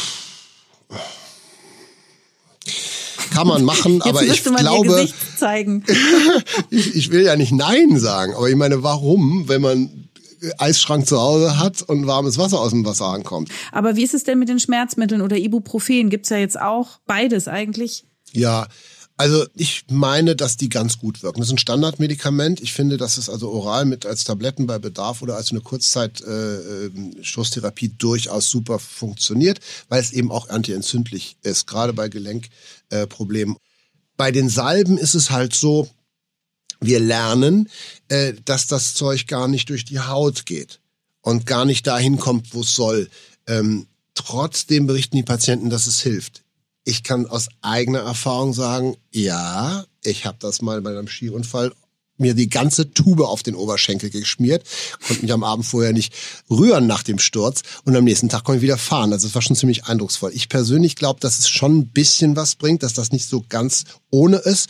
Kann man machen, aber ich glaube, ihr Gesicht zeigen. ich will ja nicht Nein sagen, aber ich meine, warum, wenn man Eisschrank zu Hause hat und warmes Wasser aus dem Wasserhahn kommt? Aber wie ist es denn mit den Schmerzmitteln oder Ibuprofen? Gibt's ja jetzt auch beides eigentlich? Ja, also ich meine, dass die ganz gut wirken. Das ist ein Standardmedikament. Ich finde, dass es also oral mit als Tabletten bei Bedarf oder als eine Kurzzeit-Stoßtherapie durchaus super funktioniert, weil es eben auch antientzündlich ist, gerade bei Gelenkproblemen. Bei den Salben ist es halt so, wir lernen, dass das Zeug gar nicht durch die Haut geht und gar nicht dahin kommt, wo es soll. Trotzdem berichten die Patienten, dass es hilft. Ich kann aus eigener Erfahrung sagen, ja, ich habe das mal bei einem Skiunfall mir die ganze Tube auf den Oberschenkel geschmiert, konnte mich am Abend vorher nicht rühren nach dem Sturz und am nächsten Tag konnte ich wieder fahren. Also es war schon ziemlich eindrucksvoll. Ich persönlich glaube, dass es schon ein bisschen was bringt, dass das nicht so ganz ohne ist.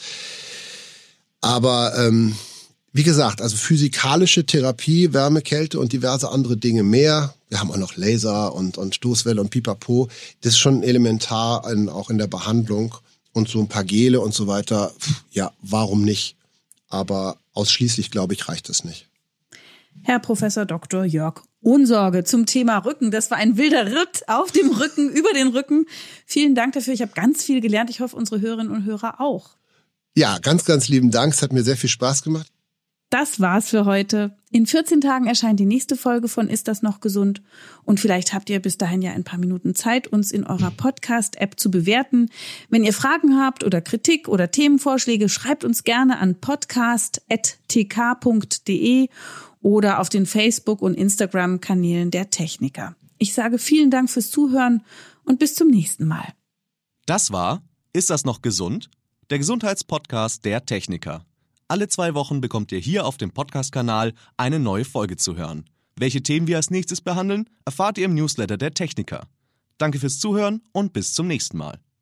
Aber wie gesagt, also physikalische Therapie, Wärme, Kälte und diverse andere Dinge mehr. Wir haben auch noch Laser und Stoßwelle und Pipapo. Das ist schon elementar auch in der Behandlung. Und so ein paar Gele und so weiter, ja, warum nicht? Aber ausschließlich, glaube ich, reicht das nicht. Herr Professor Dr. Jörg Ohnsorge zum Thema Rücken. Das war ein wilder Ritt auf dem Rücken, über den Rücken. Vielen Dank dafür. Ich habe ganz viel gelernt. Ich hoffe, unsere Hörerinnen und Hörer auch. Ja, ganz, ganz lieben Dank. Es hat mir sehr viel Spaß gemacht. Das war's für heute. In 14 Tagen erscheint die nächste Folge von Ist das noch gesund? Und vielleicht habt ihr bis dahin ja ein paar Minuten Zeit, uns in eurer Podcast-App zu bewerten. Wenn ihr Fragen habt oder Kritik oder Themenvorschläge, schreibt uns gerne an podcast@tk.de oder auf den Facebook- und Instagram-Kanälen der Techniker. Ich sage vielen Dank fürs Zuhören und bis zum nächsten Mal. Das war Ist das noch gesund? Der Gesundheitspodcast der Techniker. Alle 2 Wochen bekommt ihr hier auf dem Podcast-Kanal eine neue Folge zu hören. Welche Themen wir als nächstes behandeln, erfahrt ihr im Newsletter der Techniker. Danke fürs Zuhören und bis zum nächsten Mal.